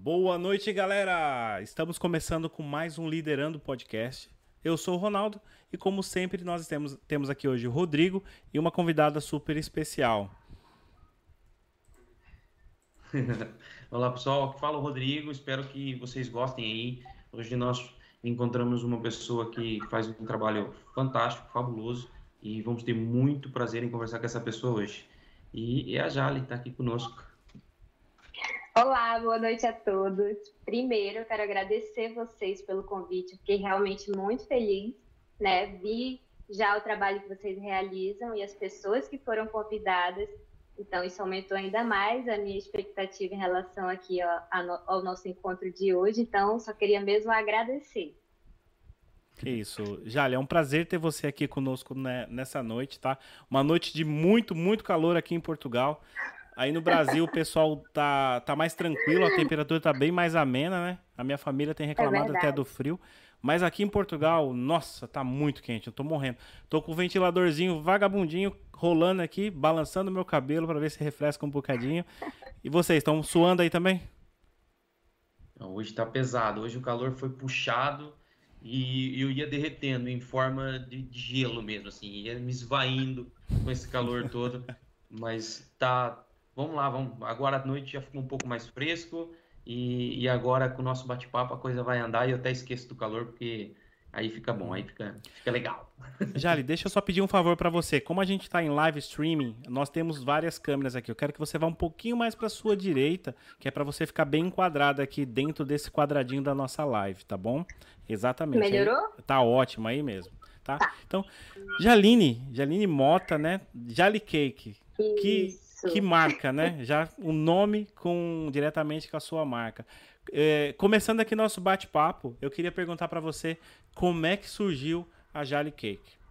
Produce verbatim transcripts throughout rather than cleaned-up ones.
Boa noite, galera! Estamos começando com mais um Liderando Podcast. Eu sou o Ronaldo e, como sempre, nós temos, temos aqui hoje o Rodrigo e uma convidada super especial. Olá, pessoal, aqui fala o Rodrigo, espero que vocês gostem aí. Hoje nós encontramos uma pessoa que faz um trabalho fantástico, fabuloso, e vamos ter muito prazer em conversar com essa pessoa hoje. E, e a Jali está aqui conosco. Olá, boa noite a todos. Primeiro, eu quero agradecer vocês pelo convite, fiquei realmente muito feliz, né? Vi já o trabalho que vocês realizam e as pessoas que foram convidadas, então isso aumentou ainda mais a minha expectativa em relação aqui ó, ao nosso encontro de hoje, então só queria mesmo agradecer. Que isso, Jali, é um prazer ter você aqui conosco né, nessa noite, tá? Uma noite de muito, muito calor aqui em Portugal. Aí no Brasil o pessoal tá, tá mais tranquilo, a temperatura tá bem mais amena, né? A minha família tem reclamado É até do frio. Mas aqui em Portugal, nossa, tá muito quente, eu tô morrendo. Tô com o ventiladorzinho vagabundinho rolando aqui, balançando meu cabelo para ver se refresca um bocadinho. E vocês, estão suando aí também? Hoje está pesado, hoje o calor foi puxado e eu ia derretendo em forma de, de gelo mesmo, assim, ia me esvaindo com esse calor todo, mas tá, vamos lá, vamos, agora à noite já ficou um pouco mais fresco e, e agora com o nosso bate-papo a coisa vai andar e eu até esqueço do calor porque aí fica bom, aí fica, fica legal. Jali, deixa eu só pedir um favor para você. Como a gente está em live streaming, nós temos várias câmeras aqui. Eu quero que você vá um pouquinho mais para sua direita, que é para você ficar bem enquadrado aqui dentro desse quadradinho da nossa live, tá bom? Exatamente. Melhorou? Aí, tá ótimo aí mesmo, tá? tá? Então, Jaline, Jaline Mota, né? Jali Cake. Que, que marca, né? Já o um nome com diretamente com a sua marca. É, começando aqui nosso bate-papo, eu queria perguntar para você como é que surgiu a Jali Cake.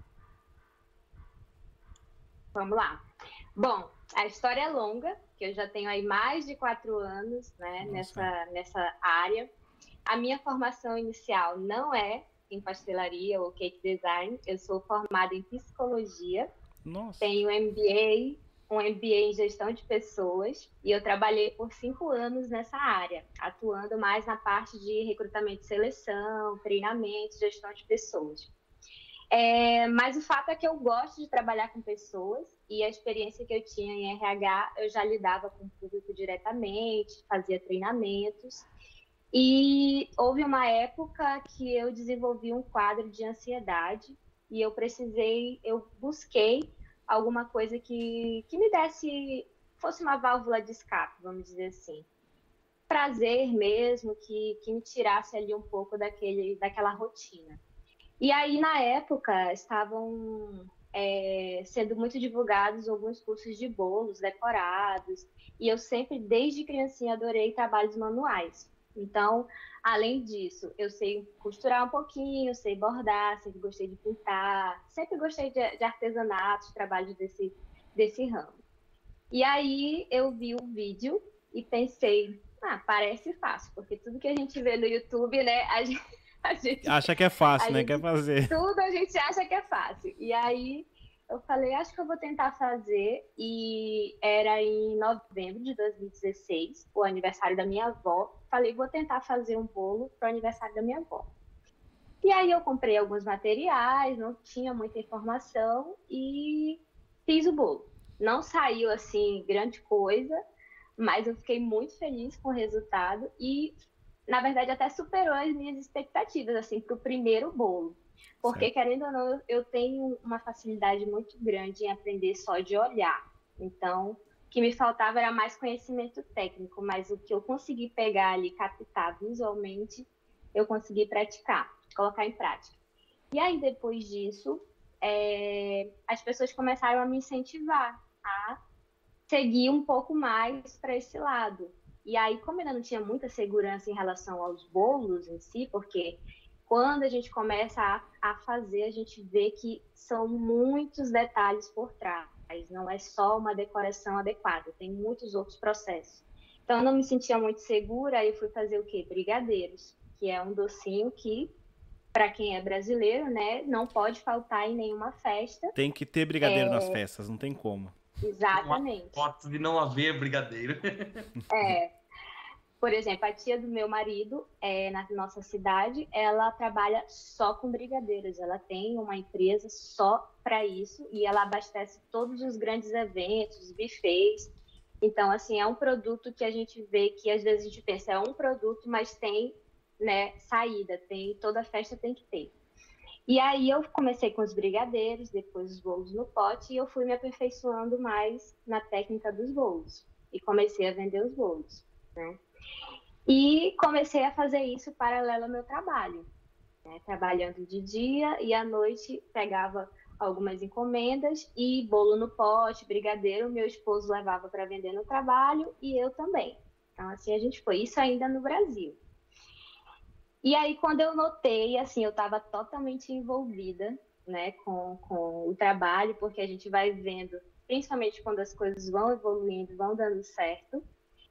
Vamos lá. Bom, a história é longa, que eu já tenho aí mais de quatro anos, né, nessa, nessa área. A minha formação inicial não é em pastelaria ou cake design, eu sou formada em psicologia. Nossa. Tenho M B A, um M B A em gestão de pessoas, e eu trabalhei por cinco anos nessa área, atuando mais na parte de recrutamento e seleção, treinamento, gestão de pessoas. É, mas o fato é que eu gosto de trabalhar com pessoas e a experiência que eu tinha em R H, eu já lidava com o público diretamente, fazia treinamentos. E houve uma época que eu desenvolvi um quadro de ansiedade e eu precisei, eu busquei alguma coisa que, que me desse, fosse uma válvula de escape, vamos dizer assim. Prazer mesmo, que, que me tirasse ali um pouco daquele, daquela rotina. E aí, na época, estavam é, sendo muito divulgados alguns cursos de bolos decorados, e eu sempre, desde criancinha, adorei trabalhos manuais. Então, além disso, eu sei costurar um pouquinho, sei bordar, sempre gostei de pintar, sempre gostei de, de artesanato, trabalhos desse, desse ramo. E aí, eu vi o vídeo e pensei, ah, parece fácil, porque tudo que a gente vê no YouTube, né, a gente... A gente, acha que é fácil, né? Gente, Quer fazer. Tudo a gente acha que é fácil. E aí eu falei, acho que eu vou tentar fazer. E era em novembro de dois mil e dezesseis, o aniversário da minha avó. Falei, vou tentar fazer um bolo para o aniversário da minha avó. E aí eu comprei alguns materiais, não tinha muita informação e fiz o bolo. Não saiu assim grande coisa, mas eu fiquei muito feliz com o resultado e na verdade, até superou as minhas expectativas, assim, para o primeiro bolo. Porque, certo. Querendo ou não, eu tenho uma facilidade muito grande em aprender só de olhar. Então, o que me faltava era mais conhecimento técnico, mas o que eu consegui pegar ali, captar visualmente, eu consegui praticar, colocar em prática. E aí, depois disso, é, as pessoas começaram a me incentivar a seguir um pouco mais para esse lado. E aí, como eu ainda não tinha muita segurança em relação aos bolos em si, porque quando a gente começa a, a fazer, a gente vê que são muitos detalhes por trás. Não é só uma decoração adequada, tem muitos outros processos. Então, eu não me sentia muito segura, aí eu fui fazer o quê? Brigadeiros, que é um docinho que, para quem é brasileiro, né, não pode faltar em nenhuma festa. Tem que ter brigadeiro é... nas festas, não tem como. Exatamente. Pode de não haver brigadeiro. É. por exemplo, a tia do meu marido, é, na nossa cidade, ela trabalha só com brigadeiros. Ela tem uma empresa só para isso e ela abastece todos os grandes eventos, buffets. Então, assim, é um produto que a gente vê que às vezes a gente pensa, é um produto, mas tem, né, saída, tem, toda festa tem que ter. E aí eu comecei com os brigadeiros, depois os bolos no pote, e eu fui me aperfeiçoando mais na técnica dos bolos. E comecei a vender os bolos, né? E comecei a fazer isso paralelo ao meu trabalho, né? Trabalhando de dia e à noite pegava algumas encomendas e bolo no pote, brigadeiro, meu esposo levava para vender no trabalho e eu também. Então, assim, a gente foi. Isso ainda no Brasil. E aí, quando eu notei, assim, eu estava totalmente envolvida, né, com, com o trabalho, porque a gente vai vendo, principalmente quando as coisas vão evoluindo, vão dando certo.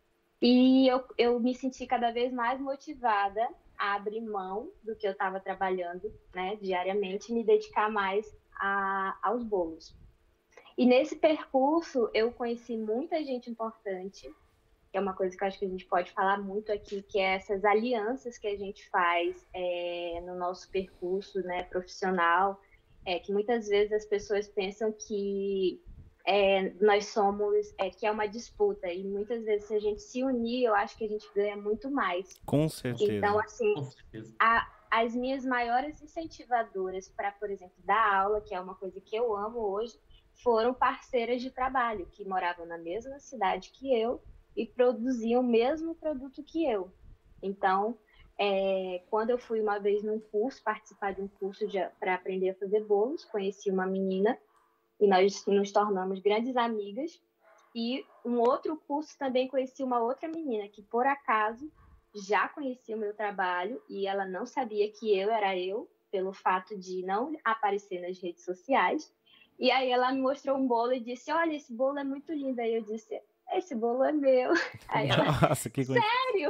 E eu, eu me senti cada vez mais motivada a abrir mão do que eu estava trabalhando, né, diariamente, e me dedicar mais a, aos bolos. E nesse percurso, eu conheci muita gente importante, que é uma coisa que eu acho que a gente pode falar muito aqui, que é essas alianças que a gente faz é, no nosso percurso, né, profissional, é, que muitas vezes as pessoas pensam que é, nós somos, é, que é uma disputa, e muitas vezes se a gente se unir, eu acho que a gente ganha muito mais. Com certeza. Então, assim, a, as minhas maiores incentivadoras para, por exemplo, dar aula, que é uma coisa que eu amo hoje, foram parceiras de trabalho, que moravam na mesma cidade que eu, e produziam o mesmo produto que eu. Então, é, quando eu fui uma vez num curso, participar de um curso para aprender a fazer bolos, conheci uma menina e nós nos tornamos grandes amigas. E um outro curso também conheci uma outra menina que, por acaso, já conhecia o meu trabalho e ela não sabia que eu era eu, pelo fato de não aparecer nas redes sociais. E aí ela me mostrou um bolo e disse, olha, esse bolo é muito lindo. Aí eu disse, esse bolo é meu. Aí ela, nossa, que sério?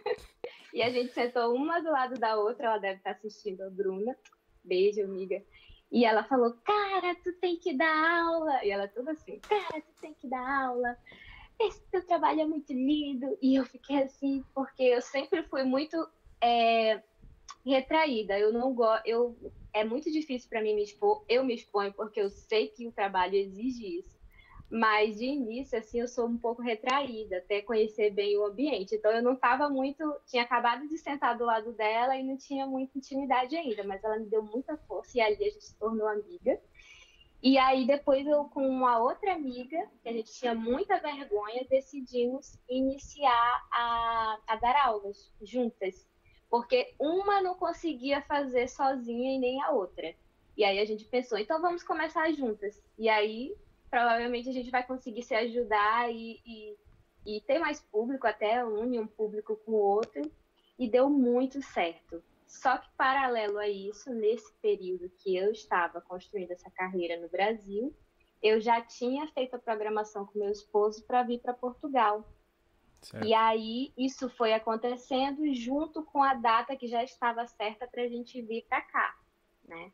E a gente sentou uma do lado da outra, ela deve estar assistindo a Bruna. Beijo, amiga. E ela falou, cara, tu tem que dar aula. E ela tudo assim, cara, tu tem que dar aula. Esse teu trabalho é muito lindo. E eu fiquei assim, porque eu sempre fui muito é, retraída. Eu não gosto, eu é muito difícil para mim me expor. Eu me exponho porque eu sei que o trabalho exige isso. Mas, de início, assim, eu sou um pouco retraída, até conhecer bem o ambiente. Então, eu não estava muito... Tinha acabado de sentar do lado dela e não tinha muita intimidade ainda, mas ela me deu muita força e ali a gente se tornou amiga. E aí, depois, eu com uma outra amiga, que a gente tinha muita vergonha, decidimos iniciar a, a dar aulas juntas. Porque uma não conseguia fazer sozinha e nem a outra. E aí, a gente pensou, então vamos começar juntas. E aí... provavelmente a gente vai conseguir se ajudar e, e, e ter mais público, até une um público com o outro, e deu muito certo. Só que, paralelo a isso, nesse período que eu estava construindo essa carreira no Brasil, eu já tinha feito a programação com meu esposo para vir para Portugal. Certo. E aí, isso foi acontecendo junto com a data que já estava certa para a gente vir para cá, né?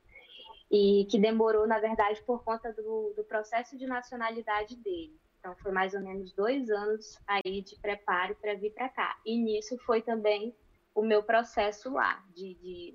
E que demorou, na verdade, por conta do, do processo de nacionalidade dele. Então, foi mais ou menos dois anos aí de preparo para vir para cá. E nisso foi também o meu processo lá, de, de,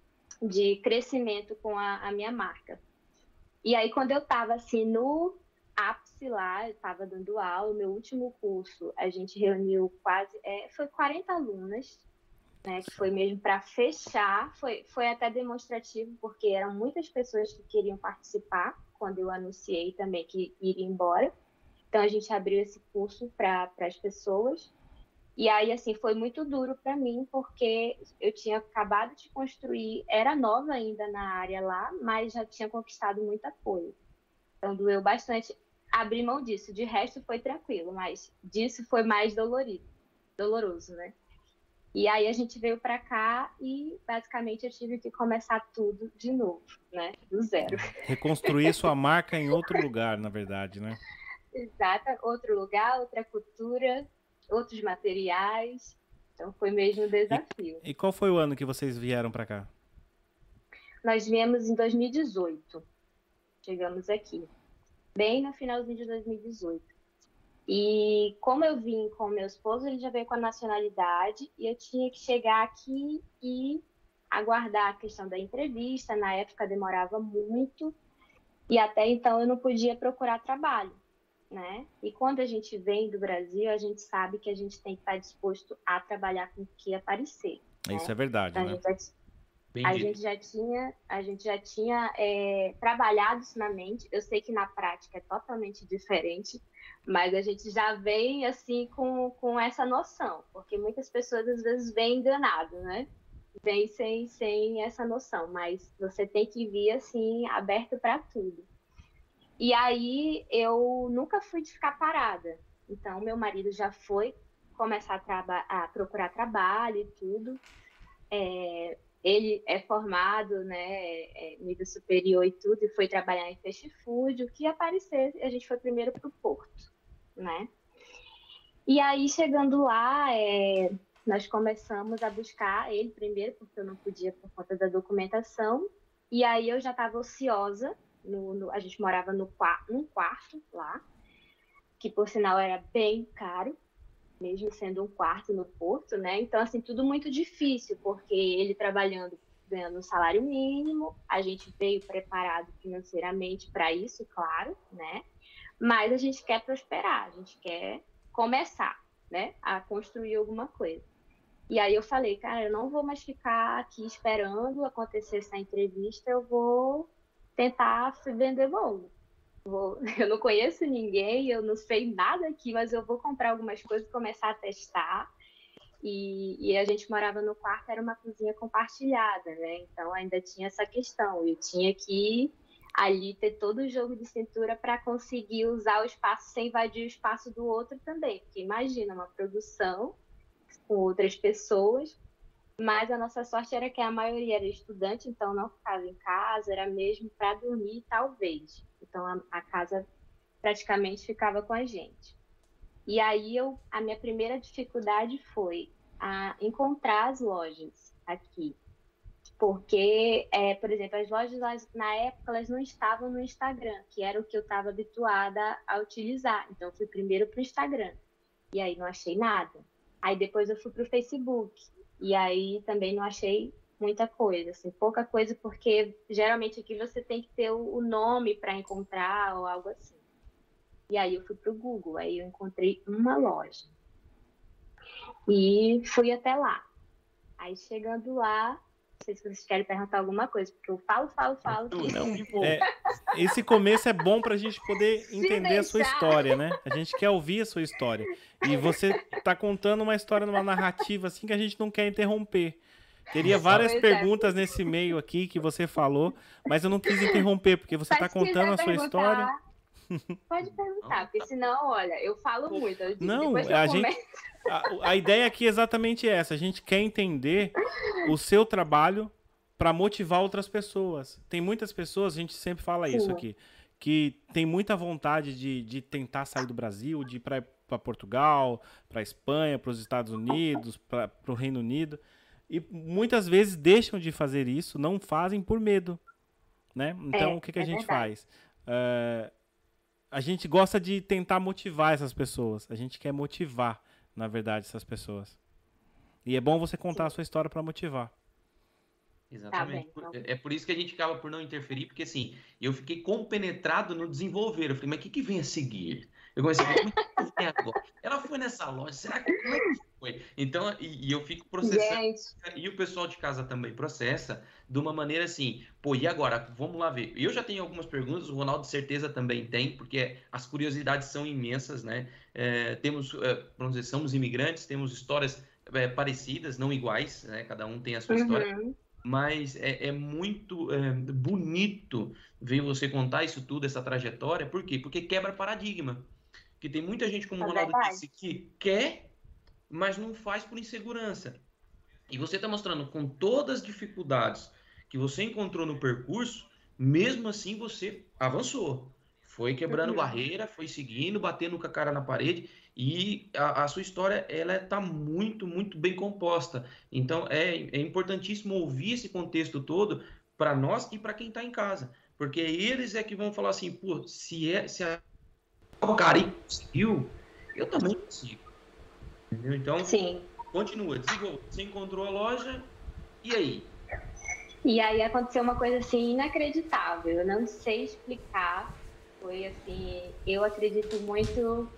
de crescimento com a, a minha marca. E aí, quando eu estava assim, no ápice lá, eu estava dando aula, o meu último curso, a gente reuniu quase, é, foi quarenta alunas, né, que foi mesmo para fechar, foi, foi até demonstrativo, porque eram muitas pessoas que queriam participar, quando eu anunciei também que iria embora. Então, a gente abriu esse curso para as pessoas. E aí, assim, foi muito duro para mim, porque eu tinha acabado de construir, era nova ainda na área lá, mas já tinha conquistado muito apoio. Então, doeu bastante abrir mão disso. De resto, foi tranquilo, mas disso foi mais dolorido, doloroso, né? E aí a gente veio para cá e basicamente eu tive que começar tudo de novo, né? Do zero. Reconstruir sua marca em outro lugar, na verdade, né? Exato, outro lugar, outra cultura, outros materiais. Então foi mesmo um desafio. E, e qual foi o ano que vocês vieram para cá? Nós viemos em dois mil e dezoito. Chegamos aqui, bem no finalzinho de dois mil e dezoito. E como eu vim com meu esposo, ele já veio com a nacionalidade e eu tinha que chegar aqui e aguardar a questão da entrevista. Na época demorava muito e até então eu não podia procurar trabalho, né? E quando a gente vem do Brasil, a gente sabe que a gente tem que estar disposto a trabalhar com o que aparecer. Isso né? é verdade, Então, né? A gente, a gente já tinha, a gente já tinha é, trabalhado isso na mente. Eu sei que na prática é totalmente diferente, mas a gente já vem assim com, com essa noção, porque muitas pessoas às vezes vêm enganado, né? Vem sem, sem essa noção, mas você tem que vir assim, aberto para tudo. E aí eu nunca fui de ficar parada. Então, meu marido já foi começar a, traba- a procurar trabalho e tudo. É, ele é formado, né, é, nível superior e tudo, e foi trabalhar em fast food. O que aparecer, a gente foi primeiro para o Porto, né? E aí, chegando lá, é, nós começamos a buscar ele primeiro, porque eu não podia por conta da documentação. E aí eu já estava ociosa. No, no, a gente morava no, num quarto lá, que por sinal era bem caro, mesmo sendo um quarto no Porto, né? Então, assim, tudo muito difícil, porque ele trabalhando, ganhando um salário mínimo, a gente veio preparado financeiramente para isso, claro, né? Mas a gente quer prosperar, a gente quer começar, né? A construir alguma coisa. E aí eu falei, cara, eu não vou mais ficar aqui esperando acontecer essa entrevista, eu vou tentar vender bolo. Vou... Eu não conheço ninguém, eu não sei nada aqui, mas eu vou comprar algumas coisas e começar a testar. E, e a gente morava no quarto, era uma cozinha compartilhada, né? Então ainda tinha essa questão. Eu tinha que ali ter todo o jogo de cintura para conseguir usar o espaço sem invadir o espaço do outro também. Porque imagina, uma produção com outras pessoas. Mas a nossa sorte era que a maioria era estudante, então não ficava em casa, era mesmo para dormir, talvez. Então a, a casa praticamente ficava com a gente. E aí eu, a minha primeira dificuldade foi a encontrar as lojas aqui. Porque, é, por exemplo, as lojas na época elas não estavam no Instagram, que era o que eu estava habituada a utilizar. Então eu fui primeiro para o Instagram. E aí não achei nada. Aí depois eu fui para o Facebook. E aí também não achei muita coisa, assim, pouca coisa, porque geralmente aqui você tem que ter o nome para encontrar ou algo assim. E aí eu fui para o Google, aí eu encontrei uma loja. E fui até lá. Aí chegando lá, não sei se vocês querem perguntar alguma coisa, porque eu falo, falo, falo. Não, é, esse começo é bom para a gente poder entender a sua história, né? A gente quer ouvir a sua história. E você tá contando uma história numa narrativa assim que a gente não quer interromper. Teria várias pois perguntas é. nesse meio aqui que você falou, mas eu não quis interromper, porque você está contando a sua história. Pode perguntar, porque senão, olha, eu falo muito. Eu digo, não, a, gente, a, a ideia aqui é exatamente essa. A gente quer entender o seu trabalho para motivar outras pessoas. Tem muitas pessoas, a gente sempre fala Sim. isso aqui, que tem muita vontade de, de tentar sair do Brasil, de ir para Portugal, para Espanha, para os Estados Unidos, para o Reino Unido. E muitas vezes deixam de fazer isso, não fazem por medo, né? Então, é, o que, que a é gente verdade. faz? Uh, a gente gosta de tentar motivar essas pessoas. A gente quer motivar, na verdade, essas pessoas. E é bom você contar Sim. a sua história para motivar. Exatamente. Tá bem, então. É por isso que a gente acaba por não interferir, porque assim, eu fiquei compenetrado no desenvolver. Eu falei, mas o que, que vem a seguir? Eu comecei a ver, como é que vem agora? Ela foi nessa loja, será que como é que foi? Então, e, e eu fico processando, gente. E o pessoal de casa também processa de uma maneira assim, pô, e agora? Vamos lá ver. Eu já tenho algumas perguntas, o Ronaldo de certeza também tem, porque as curiosidades são imensas, né? É, temos, é, vamos dizer, somos imigrantes, temos histórias é, parecidas, não iguais, né? Cada um tem a sua uhum. história. Mas é, é muito é, bonito ver você contar isso tudo, essa trajetória. Por quê? Porque quebra paradigma. Porque tem muita gente, como o Ronaldo disse, que quer, mas não faz por insegurança. E você está mostrando com todas as dificuldades que você encontrou no percurso, mesmo assim você avançou. Foi quebrando uhum. barreira, foi seguindo, batendo com a cara na parede. E a, a sua história, ela está muito, muito bem composta. Então, é, é importantíssimo ouvir esse contexto todo para nós e para quem está em casa. Porque eles é que vão falar assim, pô, se, é, se a o cara conseguiu, eu também consigo. Entendeu? Então, Sim. continua, desenvolve. Você encontrou a loja, e aí? E aí aconteceu uma coisa assim inacreditável. Eu não sei explicar. Foi assim, eu acredito muito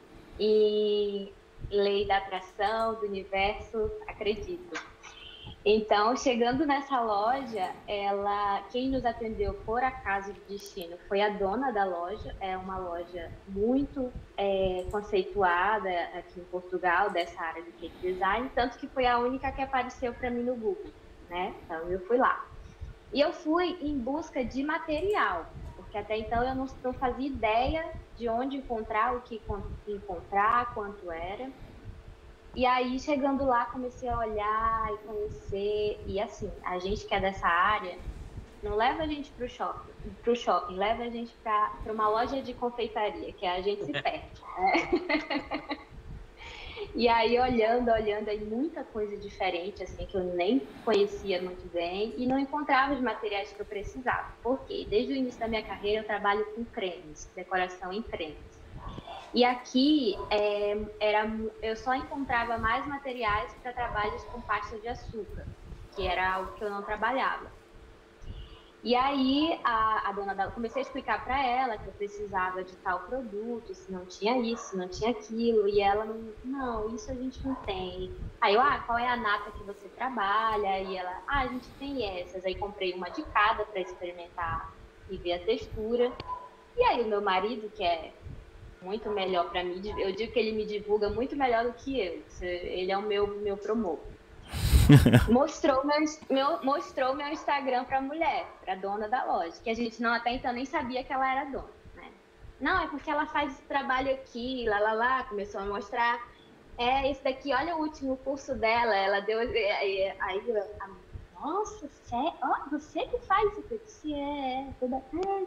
em lei da atração, do universo, acredito. Então, chegando nessa loja, ela, quem nos atendeu por acaso de destino foi a dona da loja. É uma loja muito é, conceituada aqui em Portugal, dessa área de cake design, tanto que foi a única que apareceu para mim no Google, né? Então, eu fui lá. E eu fui em busca de material, porque até então eu não, não fazia ideia de onde encontrar, o que encontrar, quanto era. E aí, chegando lá, comecei a olhar e conhecer. E assim, a gente que é dessa área, não leva a gente para o shopping, pro shopping, leva a gente para uma loja de confeitaria, que a gente se perde. Né? E aí, olhando, olhando, aí muita coisa diferente, assim, que eu nem conhecia muito bem e não encontrava os materiais que eu precisava. Por quê? Desde o início da minha carreira, eu trabalho com cremes, decoração em cremes. E aqui é, era, eu só encontrava mais materiais para trabalhos com pasta de açúcar, que era algo que eu não trabalhava. E aí a, a dona da, comecei a explicar para ela que eu precisava de tal produto, se não tinha isso, se não tinha aquilo, e ela não, não, isso a gente não tem. Aí eu, ah, qual é a nata que você trabalha? E ela, ah, a gente tem essas. Aí comprei uma de cada para experimentar e ver a textura. E aí o meu marido, que é muito melhor para mim, eu digo que ele me divulga muito melhor do que eu, ele é o meu, meu promotor. mostrou meu, meu, mostrou meu Instagram para a mulher, para a dona da loja, que a gente não até então nem sabia que ela era dona, né? Não, é porque ela faz esse trabalho aqui, lá, lá, lá, começou a mostrar, é, esse daqui, olha o último curso dela, ela deu, aí, aí nossa, sério? Oh, você que faz isso aqui? É, é, toda...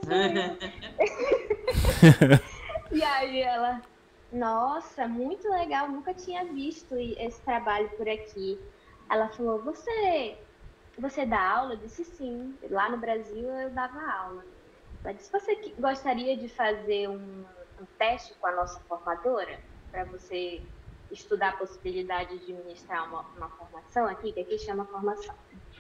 é, E aí ela, nossa, muito legal, nunca tinha visto esse trabalho por aqui. Ela falou, você, você dá aula? Eu disse sim, lá no Brasil eu dava aula. Ela disse, você gostaria de fazer um, um teste com a nossa formadora? Para você estudar a possibilidade de ministrar uma, uma formação aqui, que aqui chama formação.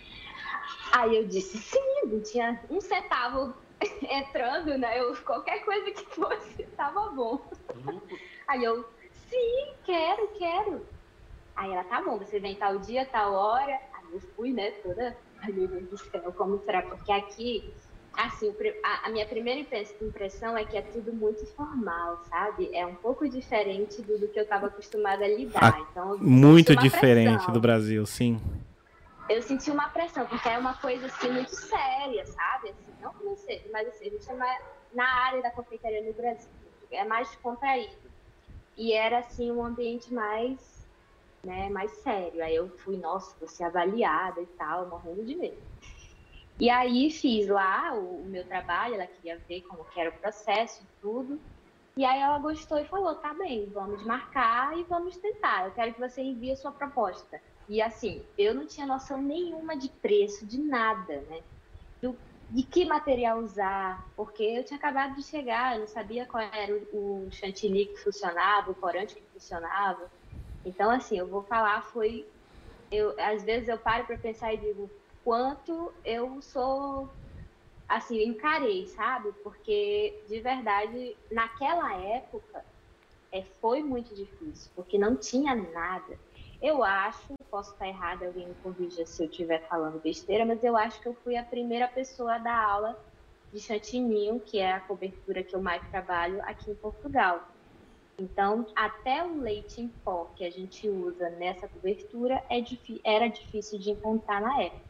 Aí eu disse sim, não tinha um centavo entrando, né? Eu, qualquer coisa que fosse, tava bom. Aí eu, sim, quero, quero. Aí ela, tá bom, você vem tal dia, tal hora. Aí eu fui, né, toda, ai meu Deus do céu, como será? Porque aqui, assim, a, a minha primeira impressão é que é tudo muito formal, sabe? É um pouco diferente do, do que eu tava acostumada a lidar. Ah, então, muito diferente do Brasil, sim. Eu senti uma pressão, porque é uma coisa assim muito séria, sabe? Assim, não financeira, mas assim, a gente é mais, na área da confeitaria no Brasil, é mais descontraído. E era assim um ambiente mais, né, mais sério. Aí eu fui, nossa, vou ser avaliada e tal, morrendo de medo. E aí fiz lá o, o meu trabalho, ela queria ver como que era o processo e tudo. E aí ela gostou e falou, tá bem, vamos marcar e vamos tentar. Eu quero que você envie a sua proposta. E assim, eu não tinha noção nenhuma de preço, de nada, né? Do, de que material usar, porque eu tinha acabado de chegar, eu não sabia qual era o, o chantilly que funcionava, o corante que funcionava. Então, assim, eu vou falar, foi... Eu, às vezes eu paro para pensar e digo, quanto eu sou... Assim, encarei, sabe? Porque, de verdade, naquela época, é, foi muito difícil, porque não tinha nada. Eu acho, posso estar errada, alguém me corrija se eu estiver falando besteira, mas eu acho que eu fui a primeira pessoa a dar aula de chantininho, que é a cobertura que eu mais trabalho aqui em Portugal. Então, até o leite em pó que a gente usa nessa cobertura é, era difícil de encontrar na época.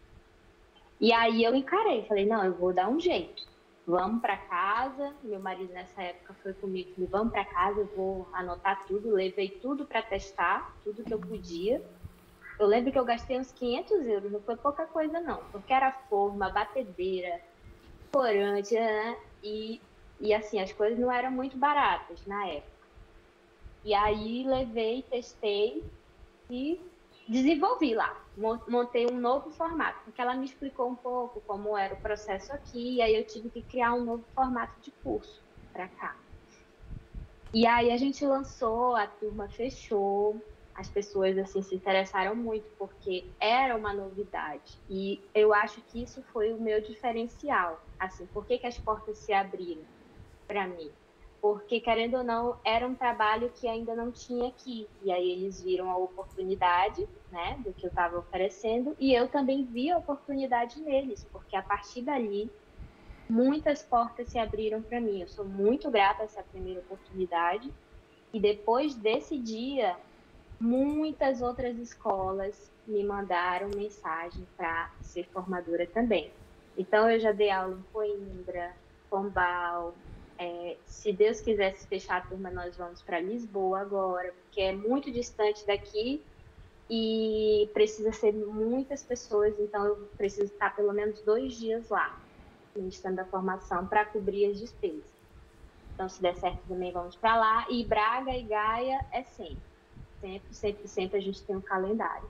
E aí eu encarei, falei, não, eu vou dar um jeito. Vamos para casa, meu marido nessa época foi comigo, falei, vamos para casa, eu vou anotar tudo, levei tudo para testar, tudo que eu podia. Eu lembro que eu gastei uns quinhentos euros, não foi pouca coisa não, porque era forma, batedeira, corante, né? e, e assim, as coisas não eram muito baratas na época. E aí levei, testei e desenvolvi lá, montei um novo formato, porque ela me explicou um pouco como era o processo aqui, e aí eu tive que criar um novo formato de curso para cá. E aí a gente lançou, a turma fechou, as pessoas assim se interessaram muito porque era uma novidade. E eu acho que isso foi o meu diferencial. Assim, por que que as portas se abriram para mim? Porque, querendo ou não, era um trabalho que ainda não tinha aqui. E aí eles viram a oportunidade, né, do que eu estava oferecendo, e eu também vi a oportunidade neles, porque a partir dali muitas portas se abriram para mim. Eu sou muito grata a essa primeira oportunidade. E depois desse dia, muitas outras escolas me mandaram mensagem para ser formadora também. Então, eu já dei aula em Coimbra, Pombal. É, se Deus quisesse fechar a turma, nós vamos para Lisboa agora, porque é muito distante daqui e precisa ser muitas pessoas. Então, eu preciso estar pelo menos dois dias lá, ministrando a formação, para cobrir as despesas. Então, se der certo também, vamos para lá. E Braga e Gaia é sempre. Sempre, sempre, sempre a gente tem um calendário.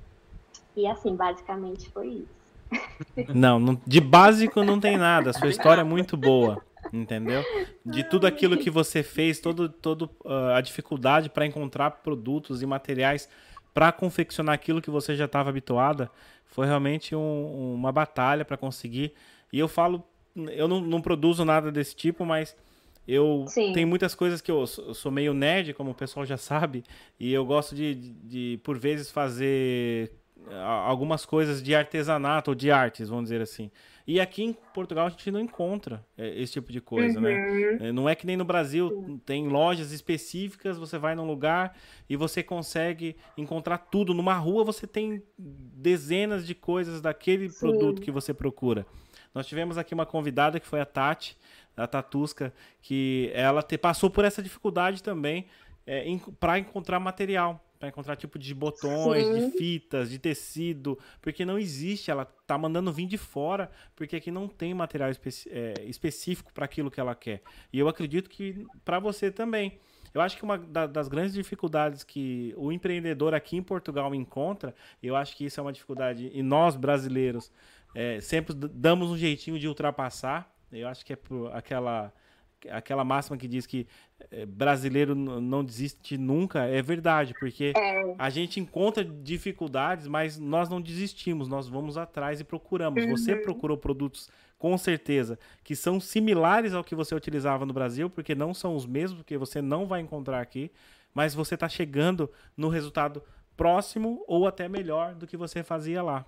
E assim, basicamente foi isso. Não, não de básico não tem nada. A sua história é muito boa, entendeu? De tudo aquilo que você fez, todo, todo, uh, a dificuldade para encontrar produtos e materiais para confeccionar aquilo que você já estava habituada, foi realmente um, uma batalha para conseguir. E eu falo, eu não, não produzo nada desse tipo, mas eu Sim. tenho muitas coisas que eu, eu sou meio nerd, como o pessoal já sabe, e eu gosto de, de, de, por vezes, fazer algumas coisas de artesanato ou de artes, vamos dizer assim. E aqui em Portugal a gente não encontra esse tipo de coisa, uhum. né? Não é que nem no Brasil, Sim. tem lojas específicas, você vai num lugar e você consegue encontrar tudo. Numa rua você tem dezenas de coisas daquele Sim. produto que você procura. Nós tivemos aqui uma convidada que foi a Tati, a Tatusca, que ela te, passou por essa dificuldade também é, para encontrar material. Para encontrar tipo de botões, Sim. de fitas, de tecido, porque não existe, ela tá mandando vir de fora, porque aqui não tem material especi é, específico para aquilo que ela quer. E eu acredito que para você também. Eu acho que uma da, das grandes dificuldades que o empreendedor aqui em Portugal encontra, eu acho que isso é uma dificuldade, e nós brasileiros é, sempre damos um jeitinho de ultrapassar. Eu acho que é por aquela... aquela máxima que diz que brasileiro não desiste nunca, é verdade, porque é. a gente encontra dificuldades, mas nós não desistimos, nós vamos atrás e procuramos. Uhum. Você procurou produtos, com certeza, que são similares ao que você utilizava no Brasil, porque não são os mesmos, porque você não vai encontrar aqui, mas você está chegando no resultado próximo ou até melhor do que você fazia lá.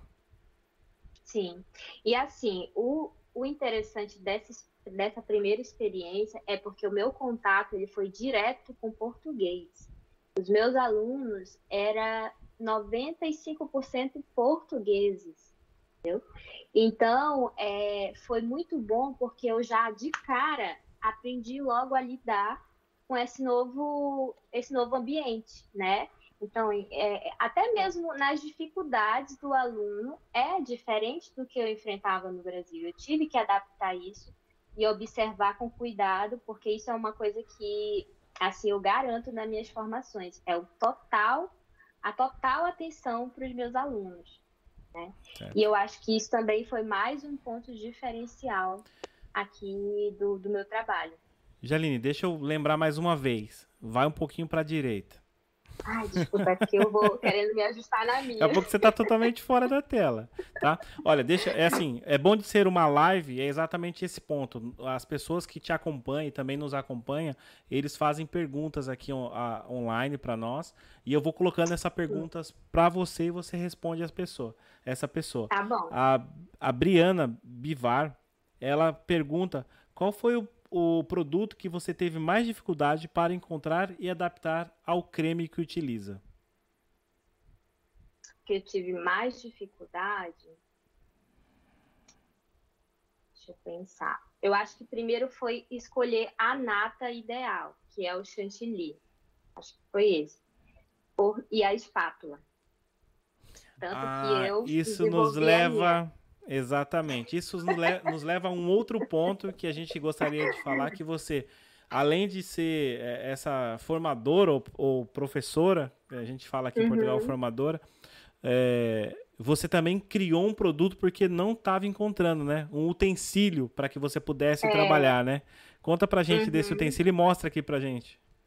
Sim, e assim, o, o interessante dessa dessa primeira experiência é porque o meu contato ele foi direto com português. Os meus alunos eram noventa e cinco por cento portugueses, entendeu? Então, é, foi muito bom porque eu já, de cara, aprendi logo a lidar com esse novo, esse novo ambiente, né? Então, é, até mesmo nas dificuldades do aluno, é diferente do que eu enfrentava no Brasil. Eu tive que adaptar isso e observar com cuidado, porque isso é uma coisa que, assim, eu garanto nas minhas formações. É o total, a total atenção para os meus alunos, né? E eu acho que isso também foi mais um ponto diferencial aqui do, do meu trabalho. Jaline, deixa eu lembrar mais uma vez. Vai um pouquinho para a direita. Ai, desculpa, é porque eu vou querendo me ajustar na minha. Daqui a pouco você tá totalmente fora da tela, tá? Olha, deixa, é assim, é bom de ser uma live, é exatamente esse ponto. As pessoas que te acompanham e também nos acompanham, eles fazem perguntas aqui on, a, online para nós, e eu vou colocando essas perguntas para você e você responde as pessoas, essa pessoa. Tá bom. A, a Briana Bivar, ela pergunta, qual foi o o produto que você teve mais dificuldade para encontrar e adaptar ao creme que utiliza? Que eu tive mais dificuldade? Deixa eu pensar. Eu acho que primeiro foi escolher a nata ideal, que é o chantilly. Acho que foi esse. Por, e a espátula. Tanto ah, que eu isso nos leva... Exatamente. Isso nos, le nos leva a um outro ponto que a gente gostaria de falar, que você, além de ser é, essa formadora ou, ou professora, a gente fala aqui em Portugal uhum. formadora, é, você também criou um produto porque não estava encontrando, né? Um utensílio para que você pudesse é. trabalhar, né? Conta pra gente uhum. desse utensílio e mostra aqui pra gente.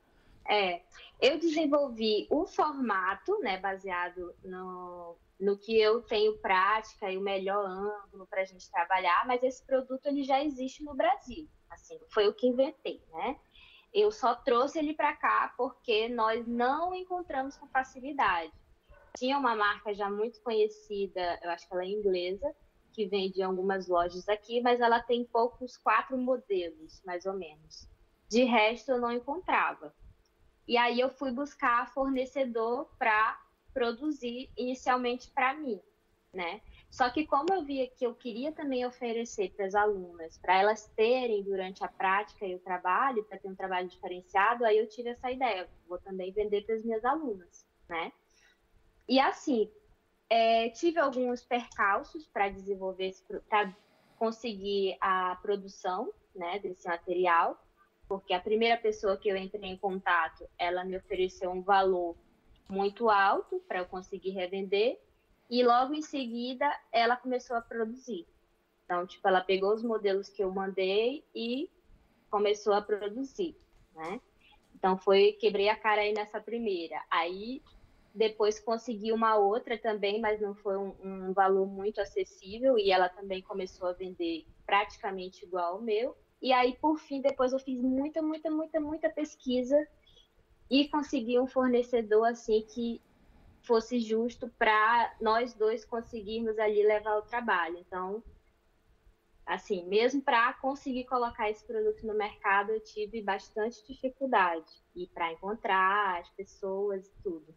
É, eu desenvolvi o formato, né, baseado no, no que eu tenho prática e o melhor ângulo para a gente trabalhar, mas esse produto ele já existe no Brasil, assim, foi o que inventei, né? Eu só trouxe ele para cá porque nós não encontramos com facilidade. Tinha uma marca já muito conhecida, eu acho que ela é inglesa, que vende em algumas lojas aqui, mas ela tem poucos, quatro modelos, mais ou menos. De resto, eu não encontrava. E aí eu fui buscar fornecedor para produzir inicialmente para mim, né? Só que como eu via que eu queria também oferecer para as alunas, para elas terem durante a prática e o trabalho, para ter um trabalho diferenciado, aí eu tive essa ideia, vou também vender para as minhas alunas, né? E assim, é, tive alguns percalços para desenvolver, para conseguir a produção, né, desse material, porque a primeira pessoa que eu entrei em contato, ela me ofereceu um valor muito alto para eu conseguir revender, e logo em seguida ela começou a produzir. Então, tipo, ela pegou os modelos que eu mandei e começou a produzir, né? Então, foi, quebrei a cara aí nessa primeira. Aí, depois consegui uma outra também, mas não foi um, um valor muito acessível, e ela também começou a vender praticamente igual ao meu. E aí, por fim, depois eu fiz muita, muita, muita, muita pesquisa e consegui um fornecedor assim que fosse justo para nós dois conseguirmos ali levar o trabalho. Então, assim, mesmo para conseguir colocar esse produto no mercado, eu tive bastante dificuldade. E para encontrar as pessoas e tudo.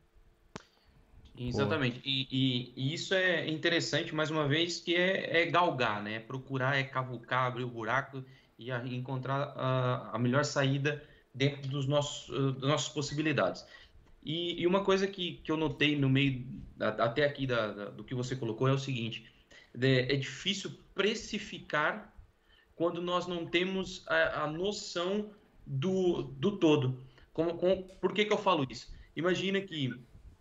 Exatamente. E, e, e isso é interessante, mais uma vez, que é, é galgar, né? Procurar, é cavucar, abrir o buraco e a, encontrar a, a melhor saída dentro dos nossos, uh, das nossas possibilidades. E, e uma coisa que, que eu notei no meio, da, até aqui da, da, do que você colocou, é o seguinte: é, é difícil precificar quando nós não temos a, a noção do, do todo. Como, como, por que que eu falo isso? Imagina que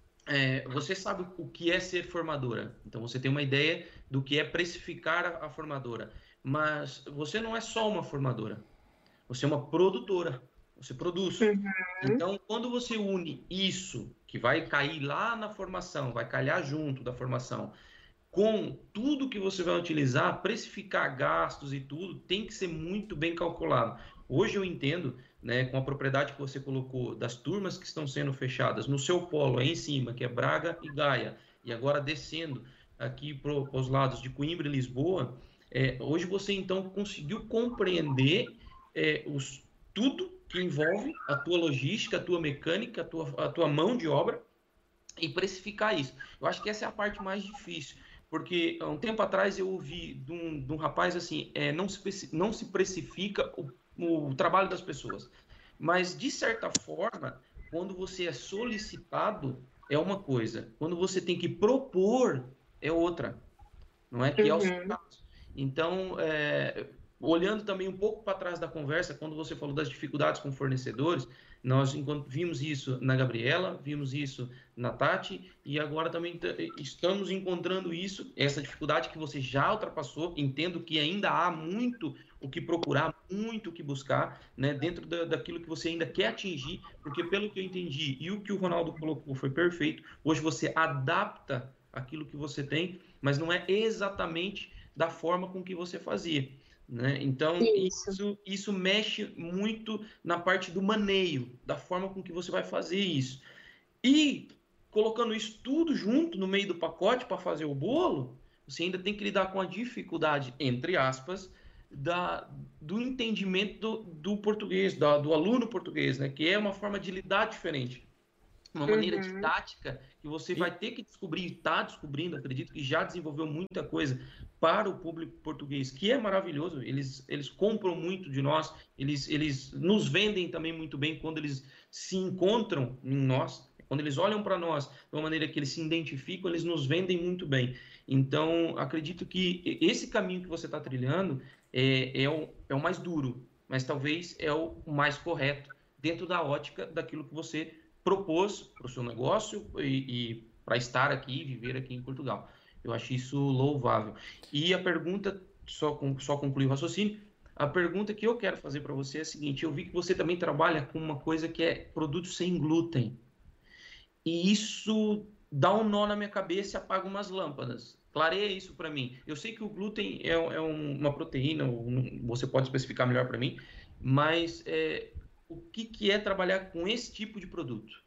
é, você sabe o que é ser formadora, então você tem uma ideia do que é precificar a, a formadora, mas você não é só uma formadora, você é uma produtora, você produz. Uhum. Então, quando você une isso, que vai cair lá na formação, vai calhar junto da formação, com tudo que você vai utilizar, precificar gastos e tudo, tem que ser muito bem calculado. Hoje eu entendo, né, com a propriedade que você colocou das turmas que estão sendo fechadas no seu polo aí em cima, que é Braga e Gaia, e agora descendo aqui para os lados de Coimbra e Lisboa, é, hoje você então conseguiu compreender é, os, tudo que envolve a tua logística, a tua mecânica, a tua, a tua mão de obra e precificar isso. Eu acho que essa é a parte mais difícil. Porque há um tempo atrás eu ouvi de um, de um rapaz assim, é, não, se, não se precifica o, o trabalho das pessoas. Mas, de certa forma, quando você é solicitado, é uma coisa. Quando você tem que propor, é outra. Não é que é o seu caso. Então, é, olhando também um pouco para trás da conversa, quando você falou das dificuldades com fornecedores, nós vimos isso na Gabriela, vimos isso na Tati, e agora também estamos encontrando isso, essa dificuldade que você já ultrapassou. Entendo que ainda há muito o que procurar, muito o que buscar, né, dentro da, daquilo que você ainda quer atingir, porque pelo que eu entendi, e o que o Ronaldo colocou foi perfeito, hoje você adapta aquilo que você tem, mas não é exatamente da forma com que você fazia. Né? Então, isso. Isso, isso mexe muito na parte do maneio, da forma com que você vai fazer isso. E, colocando isso tudo junto no meio do pacote para fazer o bolo, você ainda tem que lidar com a dificuldade, entre aspas, da, do entendimento do, do português, da, do aluno português, né? Que é uma forma de lidar diferente. Uma maneira uhum. didática que você vai ter que descobrir, está descobrindo, acredito que já desenvolveu muita coisa para o público português, que é maravilhoso. Eles, eles compram muito de nós, eles, eles nos vendem também muito bem quando eles se encontram em nós, quando eles olham para nós de uma maneira que eles se identificam, eles nos vendem muito bem. Então, acredito que esse caminho que você está trilhando é, é, o, é o mais duro, mas talvez é o mais correto dentro da ótica daquilo que você propôs para o seu negócio e, e para estar aqui, viver aqui em Portugal. Eu acho isso louvável. E a pergunta, só, só concluir o raciocínio, A pergunta que eu quero fazer para você é a seguinte: eu vi que você também trabalha com uma coisa que é produto sem glúten. E isso dá um nó na minha cabeça e apaga umas lâmpadas. Clareia isso para mim. Eu sei que o glúten é, é uma proteína, você pode especificar melhor para mim, mas é, o que, que é trabalhar com esse tipo de produto?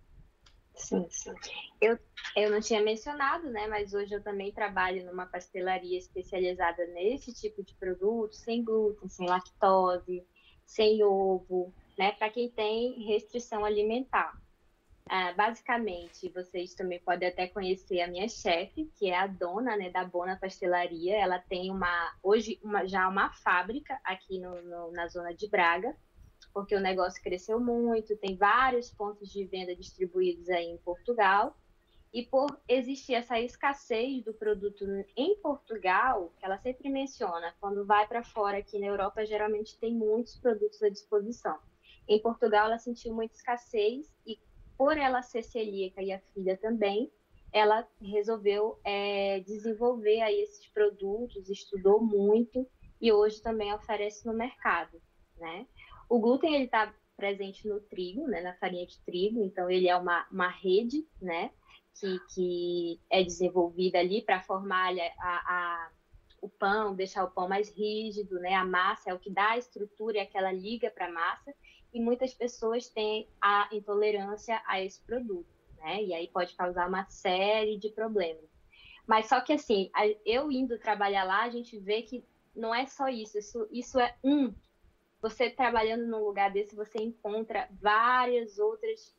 Sim, sim. Eu, eu não tinha mencionado, né? Mas hoje eu também trabalho numa pastelaria especializada nesse tipo de produto, sem glúten, sem lactose, sem ovo, né? Para quem tem restrição alimentar. Ah, basicamente, vocês também podem até conhecer a minha chefe, que é a dona, né, da Bona Pastelaria. Ela tem uma, hoje uma, já uma fábrica aqui no, no, na zona de Braga, porque o negócio cresceu muito, tem vários pontos de venda distribuídos aí em Portugal. E por existir essa escassez do produto em Portugal, que ela sempre menciona, quando vai para fora aqui na Europa, geralmente tem muitos produtos à disposição. Em Portugal, ela sentiu muita escassez e, por ela ser celíaca e a filha também, ela resolveu é, desenvolver aí esses produtos, estudou muito e hoje também oferece no mercado, né? O glúten, ele está presente no trigo, né, na farinha de trigo, então ele é uma, uma rede, né, que, que é desenvolvida ali para formar a, a, o pão, deixar o pão mais rígido, né, a massa é o que dá a estrutura e aquela liga para a massa, e muitas pessoas têm a intolerância a esse produto, né, e aí pode causar uma série de problemas. Mas só que assim, eu indo trabalhar lá, a gente vê que não é só isso, isso, isso é um. Você trabalhando num lugar desse, você encontra várias outras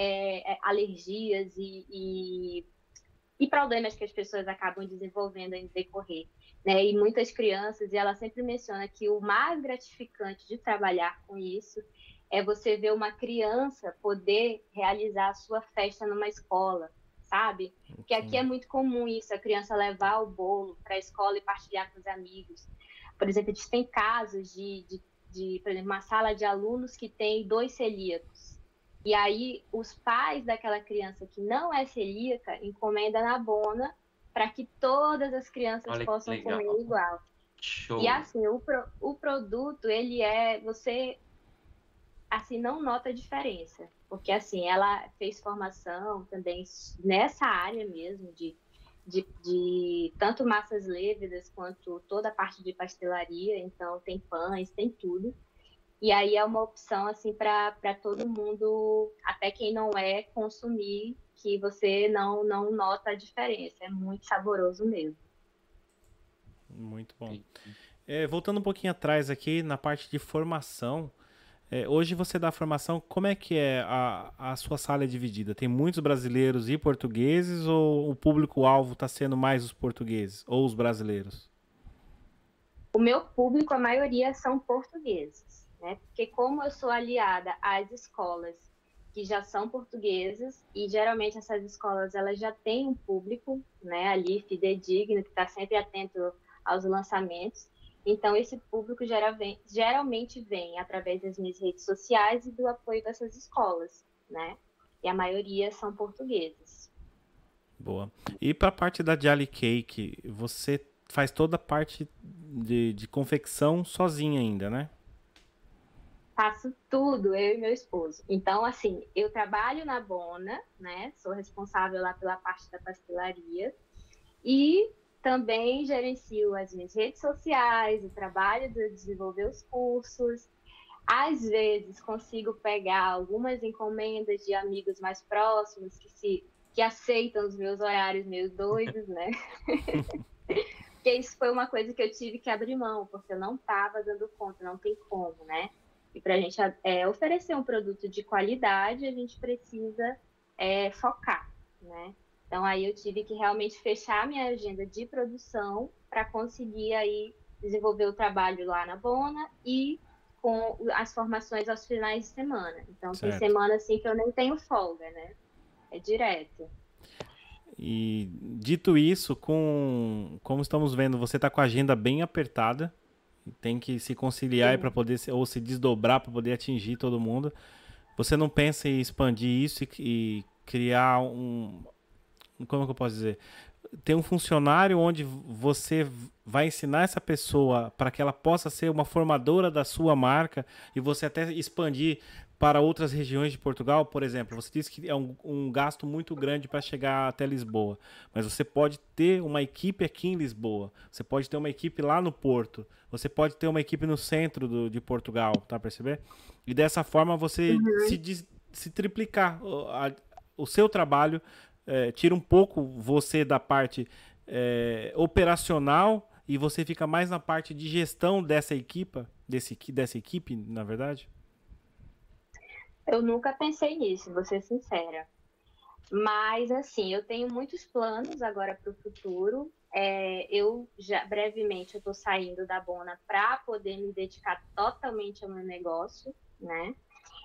é, alergias e, e, e problemas que as pessoas acabam desenvolvendo em decorrer, né? E muitas crianças, e ela sempre menciona que o mais gratificante de trabalhar com isso é você ver uma criança poder realizar a sua festa numa escola, sabe? Porque aqui é muito comum isso, a criança levar o bolo para a escola e partilhar com os amigos. Por exemplo, a gente tem casos de, de de, por exemplo, uma sala de alunos que tem dois celíacos. E aí, os pais daquela criança que não é celíaca encomendam na Bona para que todas as crianças Olha possam comer igual. Show. E assim, o, pro, o produto, ele é... Você, assim, não nota a diferença. Porque, assim, ela fez formação também nessa área mesmo de... De, de tanto massas levedas quanto toda a parte de pastelaria, então tem pães, tem tudo. E aí é uma opção assim para todo mundo, até quem não é, consumir, que você não, não nota a diferença. É muito saboroso mesmo. Muito bom. É, voltando um pouquinho atrás aqui, na parte de formação, É, hoje você dá formação, como é que é a, a sua sala dividida? Tem muitos brasileiros e portugueses ou o público-alvo está sendo mais os portugueses ou os brasileiros? O meu público, a maioria são portugueses, né? Porque como eu sou aliada às escolas que já são portuguesas e geralmente essas escolas elas já têm um público, né, ali fidedigno, que está sempre atento aos lançamentos. Então, esse público geralmente vem através das minhas redes sociais e do apoio dessas escolas, né? E a maioria são portugueses. Boa. E para a parte da Jolly Cake, você faz toda a parte de, de confecção sozinha ainda, né? Faço tudo, eu e meu esposo. Então, assim, eu trabalho na Bona, né? Sou responsável lá pela parte da pastelaria e também gerencio as minhas redes sociais, o trabalho de desenvolver os cursos. Às vezes consigo pegar algumas encomendas de amigos mais próximos que, se, que aceitam os meus horários meio doidos, né? Porque isso foi uma coisa que eu tive que abrir mão, porque eu não estava dando conta, não tem como, né? E para a gente é, oferecer um produto de qualidade, a gente precisa é, focar, né? Então, aí eu tive que realmente fechar a minha agenda de produção para conseguir aí desenvolver o trabalho lá na Bona e com as formações aos finais de semana. Então, certo. Tem semana assim que eu nem tenho folga, né? É direto. E dito isso, com como estamos vendo, você está com a agenda bem apertada, tem que se conciliar para poder ou se desdobrar para poder atingir todo mundo. Você não pensa em expandir isso e, e criar um... Como que eu posso dizer? ter um funcionário onde você vai ensinar essa pessoa para que ela possa ser uma formadora da sua marca e você até expandir para outras regiões de Portugal, por exemplo. Você disse que é um, um gasto muito grande para chegar até Lisboa, mas você pode ter uma equipe aqui em Lisboa, você pode ter uma equipe lá no Porto, você pode ter uma equipe no centro do, de Portugal, tá percebendo? E dessa forma você uhum. se, se triplicar a, o seu trabalho, é, tira um pouco você da parte é, operacional e você fica mais na parte de gestão dessa equipe, desse, dessa equipe, na verdade? Eu nunca pensei nisso, vou ser sincera. Mas, assim, eu tenho muitos planos agora para o futuro. É, eu já, brevemente, eu estou saindo da Bona para poder me dedicar totalmente ao meu negócio, né?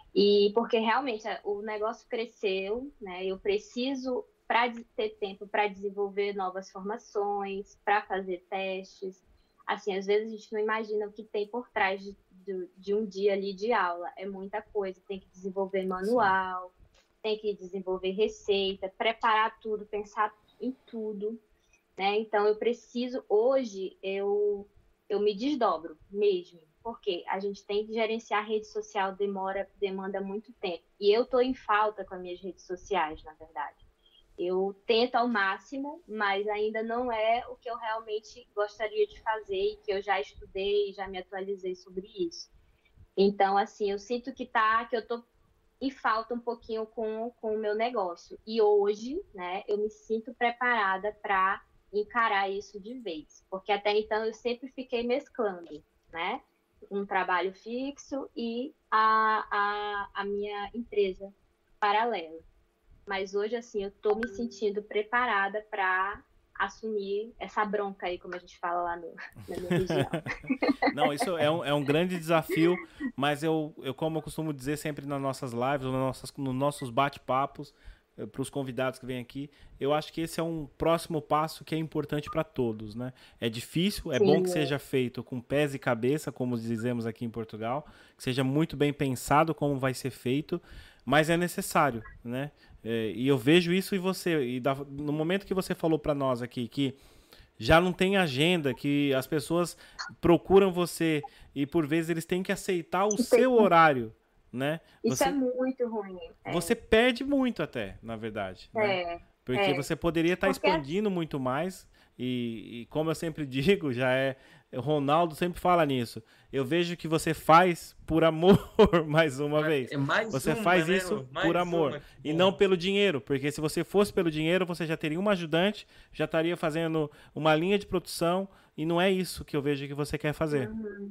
E porque realmente o negócio cresceu, né? Eu preciso para ter tempo para desenvolver novas formações, para fazer testes. Assim, às vezes a gente não imagina o que tem por trás de, de, de um dia ali de aula. É muita coisa, tem que desenvolver manual, Sim. tem que desenvolver receita, preparar tudo, pensar em tudo, né? Então, eu preciso, hoje, eu, eu me desdobro mesmo, porque a gente tem que gerenciar a rede social, demora, demanda muito tempo. E eu estou em falta com as minhas redes sociais, na verdade. Eu tento ao máximo, mas ainda não é o que eu realmente gostaria de fazer e que eu já estudei, já me atualizei sobre isso. Então, assim, eu sinto que tá, que eu tô em falta um pouquinho com, com o meu negócio. E hoje, né, eu me sinto preparada para encarar isso de vez. Porque até então eu sempre fiquei mesclando, né? Um trabalho fixo e a, a, a minha empresa paralela. Mas hoje, assim, eu tô me sentindo preparada para assumir essa bronca aí, como a gente fala lá no, na minha região. Não, isso é um, é um grande desafio, mas eu, eu, como eu costumo dizer sempre nas nossas lives, ou nas nossas, nos nossos bate-papos, para os convidados que vêm aqui, eu acho que esse é um próximo passo que é importante para todos, né? É difícil, é Sim, bom que é. seja feito com pés e cabeça, como dizemos aqui em Portugal, que seja muito bem pensado como vai ser feito, mas é necessário, né? É, e eu vejo isso em você, e da, no momento que você falou para nós aqui, que já não tem agenda, que as pessoas procuram você e por vezes eles têm que aceitar o seu horário, né? Isso você, é muito ruim. É. Você perde muito até, na verdade. Né? É, Porque é. você poderia estar Porque... expandindo muito mais e, e como eu sempre digo, já é... O Ronaldo sempre fala nisso. Eu vejo que você faz por amor, mais uma é, vez. É mais você uma, faz né? isso mais por amor. Uma, e não pelo dinheiro. Porque se você fosse pelo dinheiro, você já teria uma ajudante, já estaria fazendo uma linha de produção. E não é isso que eu vejo que você quer fazer. Uhum.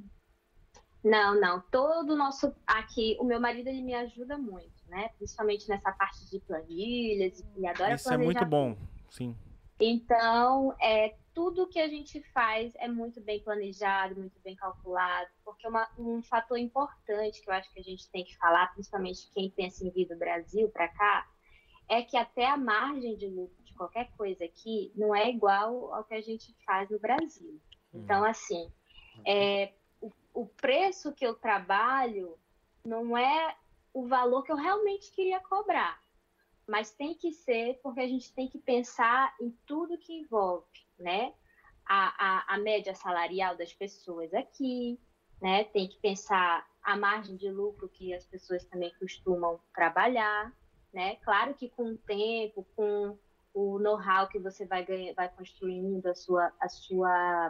Não, não. Todo o nosso... Aqui, o meu marido, ele me ajuda muito, né? Principalmente nessa parte de planilhas. Ele adora isso é muito bom, sim. Então, é, tudo que a gente faz é muito bem planejado, muito bem calculado, porque uma, um fator importante que eu acho que a gente tem que falar, principalmente quem pensa em vir do Brasil para cá, é que até a margem de lucro de qualquer coisa aqui não é igual ao que a gente faz no Brasil. Então, assim, é, o, o preço que eu trabalho não é o valor que eu realmente queria cobrar. Mas tem que ser porque a gente tem que pensar em tudo que envolve, né? A, a, a média salarial das pessoas aqui, né? Tem que pensar a margem de lucro que as pessoas também costumam trabalhar, né? Claro que com o tempo, com o know-how que você vai, ganha, vai construindo a sua, a sua,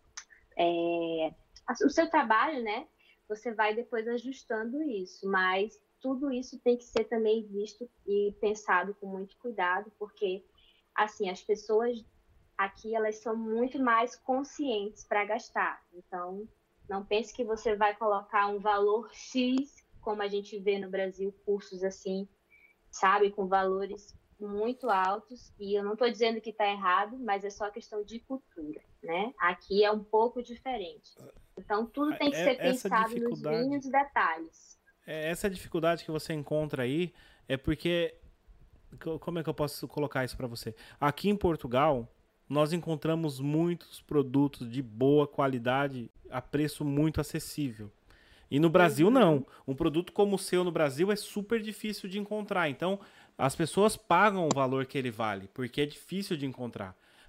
é, o seu trabalho, né? Você vai depois ajustando isso, mas tudo isso tem que ser também visto e pensado com muito cuidado, porque, assim, as pessoas aqui, elas são muito mais conscientes para gastar. Então, não pense que você vai colocar um valor X, como a gente vê no Brasil, cursos assim, sabe, com valores muito altos. E eu não estou dizendo que está errado, mas é só questão de cultura, né? Aqui é um pouco diferente. Então, tudo tem que ser Essa pensado nos mínimos detalhes. Essa dificuldade que você encontra aí é porque... Como é que eu posso colocar isso para você? Aqui em Portugal, nós encontramos muitos produtos de boa qualidade a preço muito acessível. E no Brasil, uhum. não. Um produto como o seu no Brasil é super difícil de encontrar. Então, as pessoas pagam o valor que ele vale, porque é difícil de encontrar.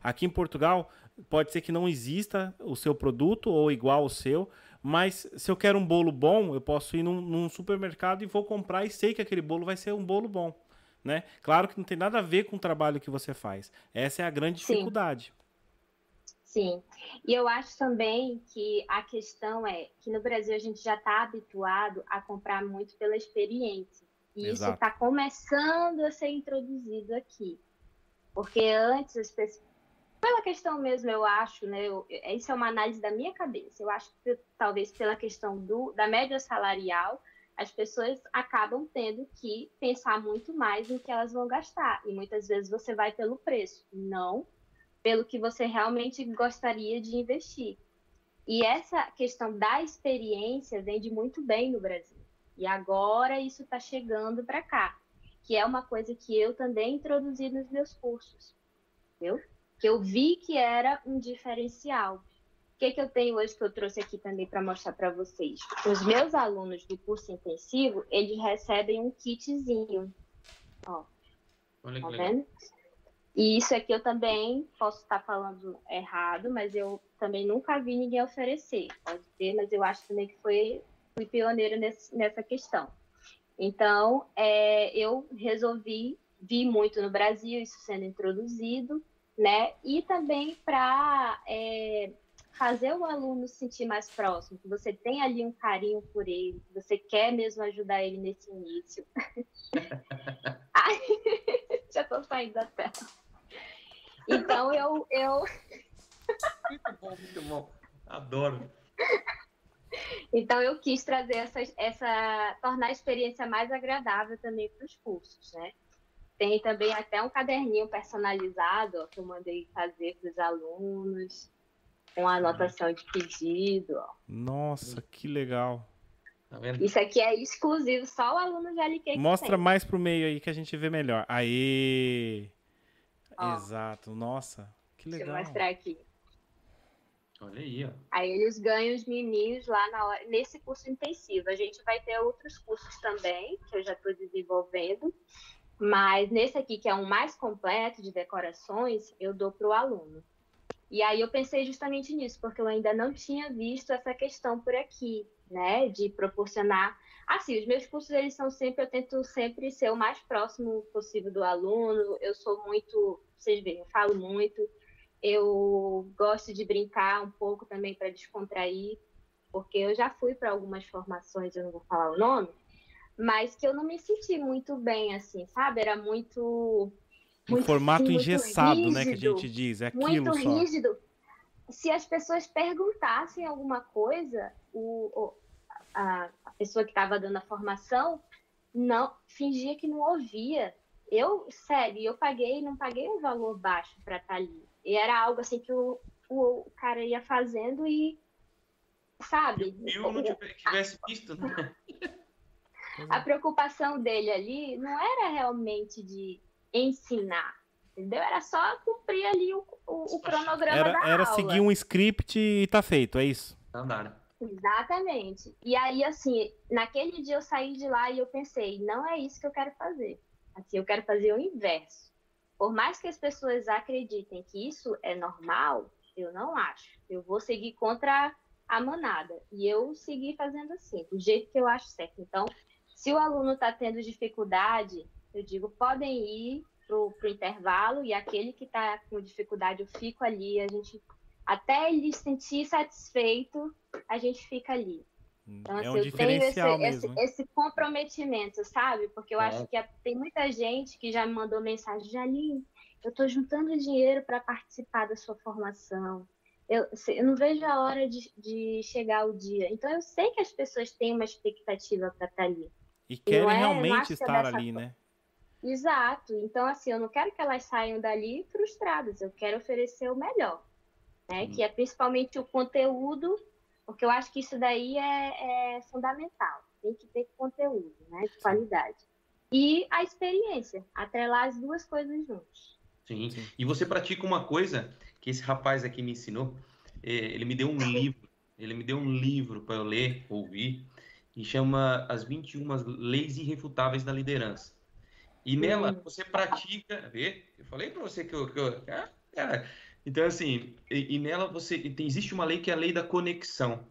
Aqui em Portugal, pode ser que não exista o seu produto ou igual ao seu, mas se eu quero um bolo bom, eu posso ir num, num supermercado e vou comprar e sei que aquele bolo vai ser um bolo bom, né? Claro que não tem nada a ver com o trabalho que você faz. Essa é a grande dificuldade. Sim, e eu acho também que a questão é que no Brasil a gente já está habituado a comprar muito pela experiência. E Exato. Isso está começando a ser introduzido aqui. Porque antes, as pessoas... pela questão mesmo, eu acho, né? Eu... Isso é uma análise da minha cabeça. Eu acho que talvez pela questão do... da média salarial, as pessoas acabam tendo que pensar muito mais no que elas vão gastar. E muitas vezes você vai pelo preço, não pelo que você realmente gostaria de investir. E essa questão da experiência vende muito bem no Brasil. E agora isso está chegando para cá, que é uma coisa que eu também introduzi nos meus cursos, entendeu? Que eu vi que era um diferencial. O que, que eu tenho hoje que eu trouxe aqui também para mostrar para vocês? Os meus alunos do curso intensivo, eles recebem um kitzinho. Ó, Olha que tá legal. vendo? E isso aqui eu também posso estar falando errado, mas eu também nunca vi ninguém oferecer. Pode ter, mas eu acho também que foi, fui pioneira nesse, nessa questão. Então, é, eu resolvi, vi muito no Brasil isso sendo introduzido, né? E também para é, fazer o aluno se sentir mais próximo, que você tem ali um carinho por ele, que você quer mesmo ajudar ele nesse início. Ai, já estou saindo da tela. Então, eu... eu... Muito bom, muito bom. Adoro. Então, eu quis trazer essa, essa... tornar a experiência mais agradável também para os cursos, né? Tem também até um caderninho personalizado, ó, que eu mandei fazer para os alunos, com a anotação de pedido. Ó. Nossa, que legal. Tá vendo? Isso aqui é exclusivo, só o aluno de L Q que Mostra tem. mais pro meio aí que a gente vê melhor. Aê! Ó, exato. Nossa, que legal. Deixa eu mostrar aqui. Olha aí, ó. Aí eles ganham os miminhos lá na hora, nesse curso intensivo. A gente vai ter outros cursos também, que eu já estou desenvolvendo. Mas nesse aqui, que é um mais completo de decorações, eu dou para o aluno. E aí eu pensei justamente nisso, porque eu ainda não tinha visto essa questão por aqui, né? De proporcionar... Assim, os meus cursos, eles são sempre... Eu tento sempre ser o mais próximo possível do aluno. Eu sou muito... Vocês veem, eu falo muito. Eu gosto de brincar um pouco também para descontrair, porque eu já fui para algumas formações, eu não vou falar o nome, mas que eu não me senti muito bem, assim, sabe? Era muito... Um muito formato assim, engessado, rígido, né, que a gente diz. É aquilo muito só. rígido. Se as pessoas perguntassem alguma coisa, o, o, a, a pessoa que estava dando a formação não fingia que não ouvia. Eu, sério, eu paguei, não paguei um valor baixo para estar ali. E era algo assim que o, o, o cara ia fazendo e, sabe? Eu não tivesse visto, né? A preocupação dele ali não era realmente de ensinar, entendeu? Era só cumprir ali o, o, o cronograma era, da era aula. seguir um script e tá feito, é isso? Andaram. Exatamente. E aí, assim, naquele dia eu saí de lá e eu pensei, não é isso que eu quero fazer. Assim, eu quero fazer o inverso. Por mais que as pessoas acreditem que isso é normal, eu não acho. Eu vou seguir contra a manada. E eu segui fazendo assim, do jeito que eu acho certo. Então, se o aluno está tendo dificuldade, eu digo, podem ir para o intervalo e aquele que está com dificuldade, eu fico ali, a gente, até ele se sentir satisfeito, a gente fica ali. Então, assim, é um eu tenho esse, diferencial esse, mesmo. esse comprometimento, sabe? Porque eu É. acho que tem muita gente que já me mandou mensagem, Jaline, eu estou juntando dinheiro para participar da sua formação. Eu, eu não vejo a hora de, de chegar o dia. Então, eu sei que as pessoas têm uma expectativa para estar ali. E querem é, realmente estar é ali, né? Exato. Então, assim, eu não quero que elas saiam dali frustradas. Eu quero oferecer o melhor, né? Hum. Que é principalmente o conteúdo, porque eu acho que isso daí é, é fundamental. Tem que ter conteúdo, né? De qualidade. E a experiência. Atrelar as duas coisas juntos. Sim. E você pratica uma coisa que esse rapaz aqui me ensinou. Ele me deu um livro. Ele me deu um livro para eu ler, ouvir. E chama As vinte e uma Leis Irrefutáveis da Liderança. E nela você pratica... Vê? Eu falei para você que eu... Que eu é, Então, assim, e, e nela você tem, existe uma lei que é a lei da conexão.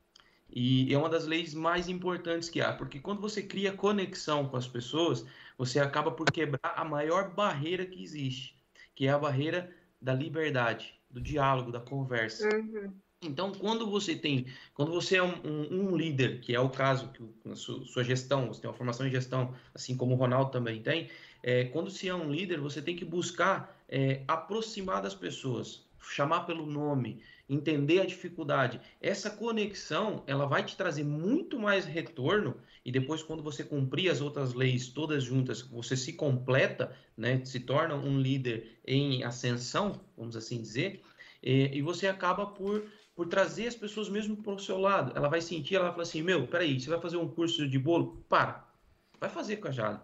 E é uma das leis mais importantes que há, porque quando você cria conexão com as pessoas, você acaba por quebrar a maior barreira que existe, que é a barreira da liberdade, do diálogo, da conversa. Uhum. Então, quando você tem, quando você é um, um, um líder, que é o caso que a sua, sua gestão, você tem uma formação em gestão, assim como o Ronaldo também tem, é, quando você é um líder, você tem que buscar é, aproximar das pessoas, chamar pelo nome, entender a dificuldade. Essa conexão, ela vai te trazer muito mais retorno e depois, quando você cumprir as outras leis todas juntas, você se completa, né, se torna um líder em ascensão, vamos assim dizer, e, e você acaba por por trazer as pessoas mesmo para o seu lado. Ela vai sentir, ela vai falar assim, meu, peraí, você vai fazer um curso de bolo? Para, vai fazer com a Jale.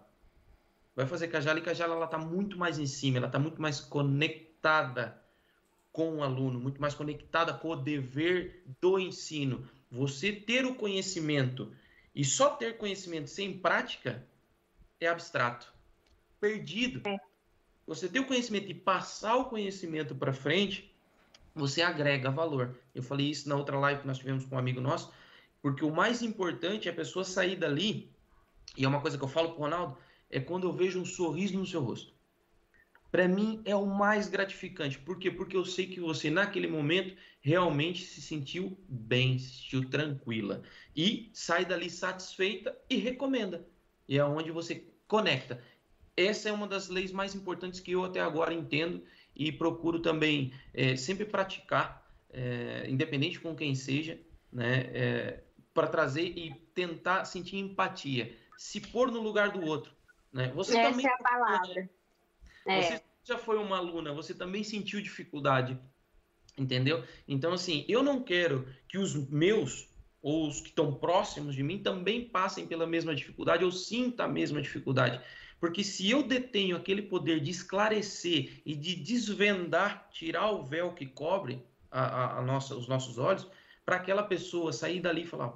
Vai fazer com a Jale, e que a Jale, ela está muito mais em cima, ela está muito mais conectada com o aluno, muito mais conectada com o dever do ensino. Você ter o conhecimento e só ter conhecimento sem prática é abstrato, perdido. Você ter o conhecimento e passar o conhecimento para frente, você agrega valor. Eu falei isso na outra live que nós tivemos com um amigo nosso, porque o mais importante é a pessoa sair dali, e é uma coisa que eu falo pro Ronaldo, é quando eu vejo um sorriso no seu rosto. Para mim é o mais gratificante. Por quê? Porque eu sei que você, naquele momento, realmente se sentiu bem, se sentiu tranquila. E sai dali satisfeita e recomenda. E é onde você conecta. Essa é uma das leis mais importantes que eu até agora entendo e procuro também é, sempre praticar, é, independente com quem seja, né, é, para trazer e tentar sentir empatia, se pôr no lugar do outro. Né? Você Essa também, é a palavra. você É. já foi uma aluna, você também sentiu dificuldade, entendeu? Então, assim, eu não quero que os meus ou os que estão próximos de mim também passem pela mesma dificuldade ou sinta a mesma dificuldade. Porque se eu detenho aquele poder de esclarecer e de desvendar, tirar o véu que cobre a, a, a nossa, os nossos olhos, para aquela pessoa sair dali e falar,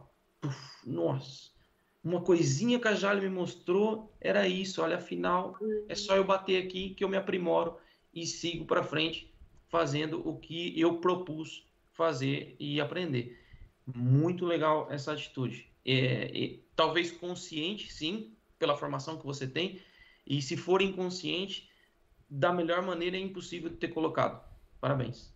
nossa, uma coisinha que a Jale me mostrou era isso, olha, afinal é só eu bater aqui que eu me aprimoro e sigo para frente fazendo o que eu propus fazer e aprender. Muito legal essa atitude. É, é, talvez consciente, sim, pela formação que você tem, e se for inconsciente, da melhor maneira é impossível ter colocado. Parabéns.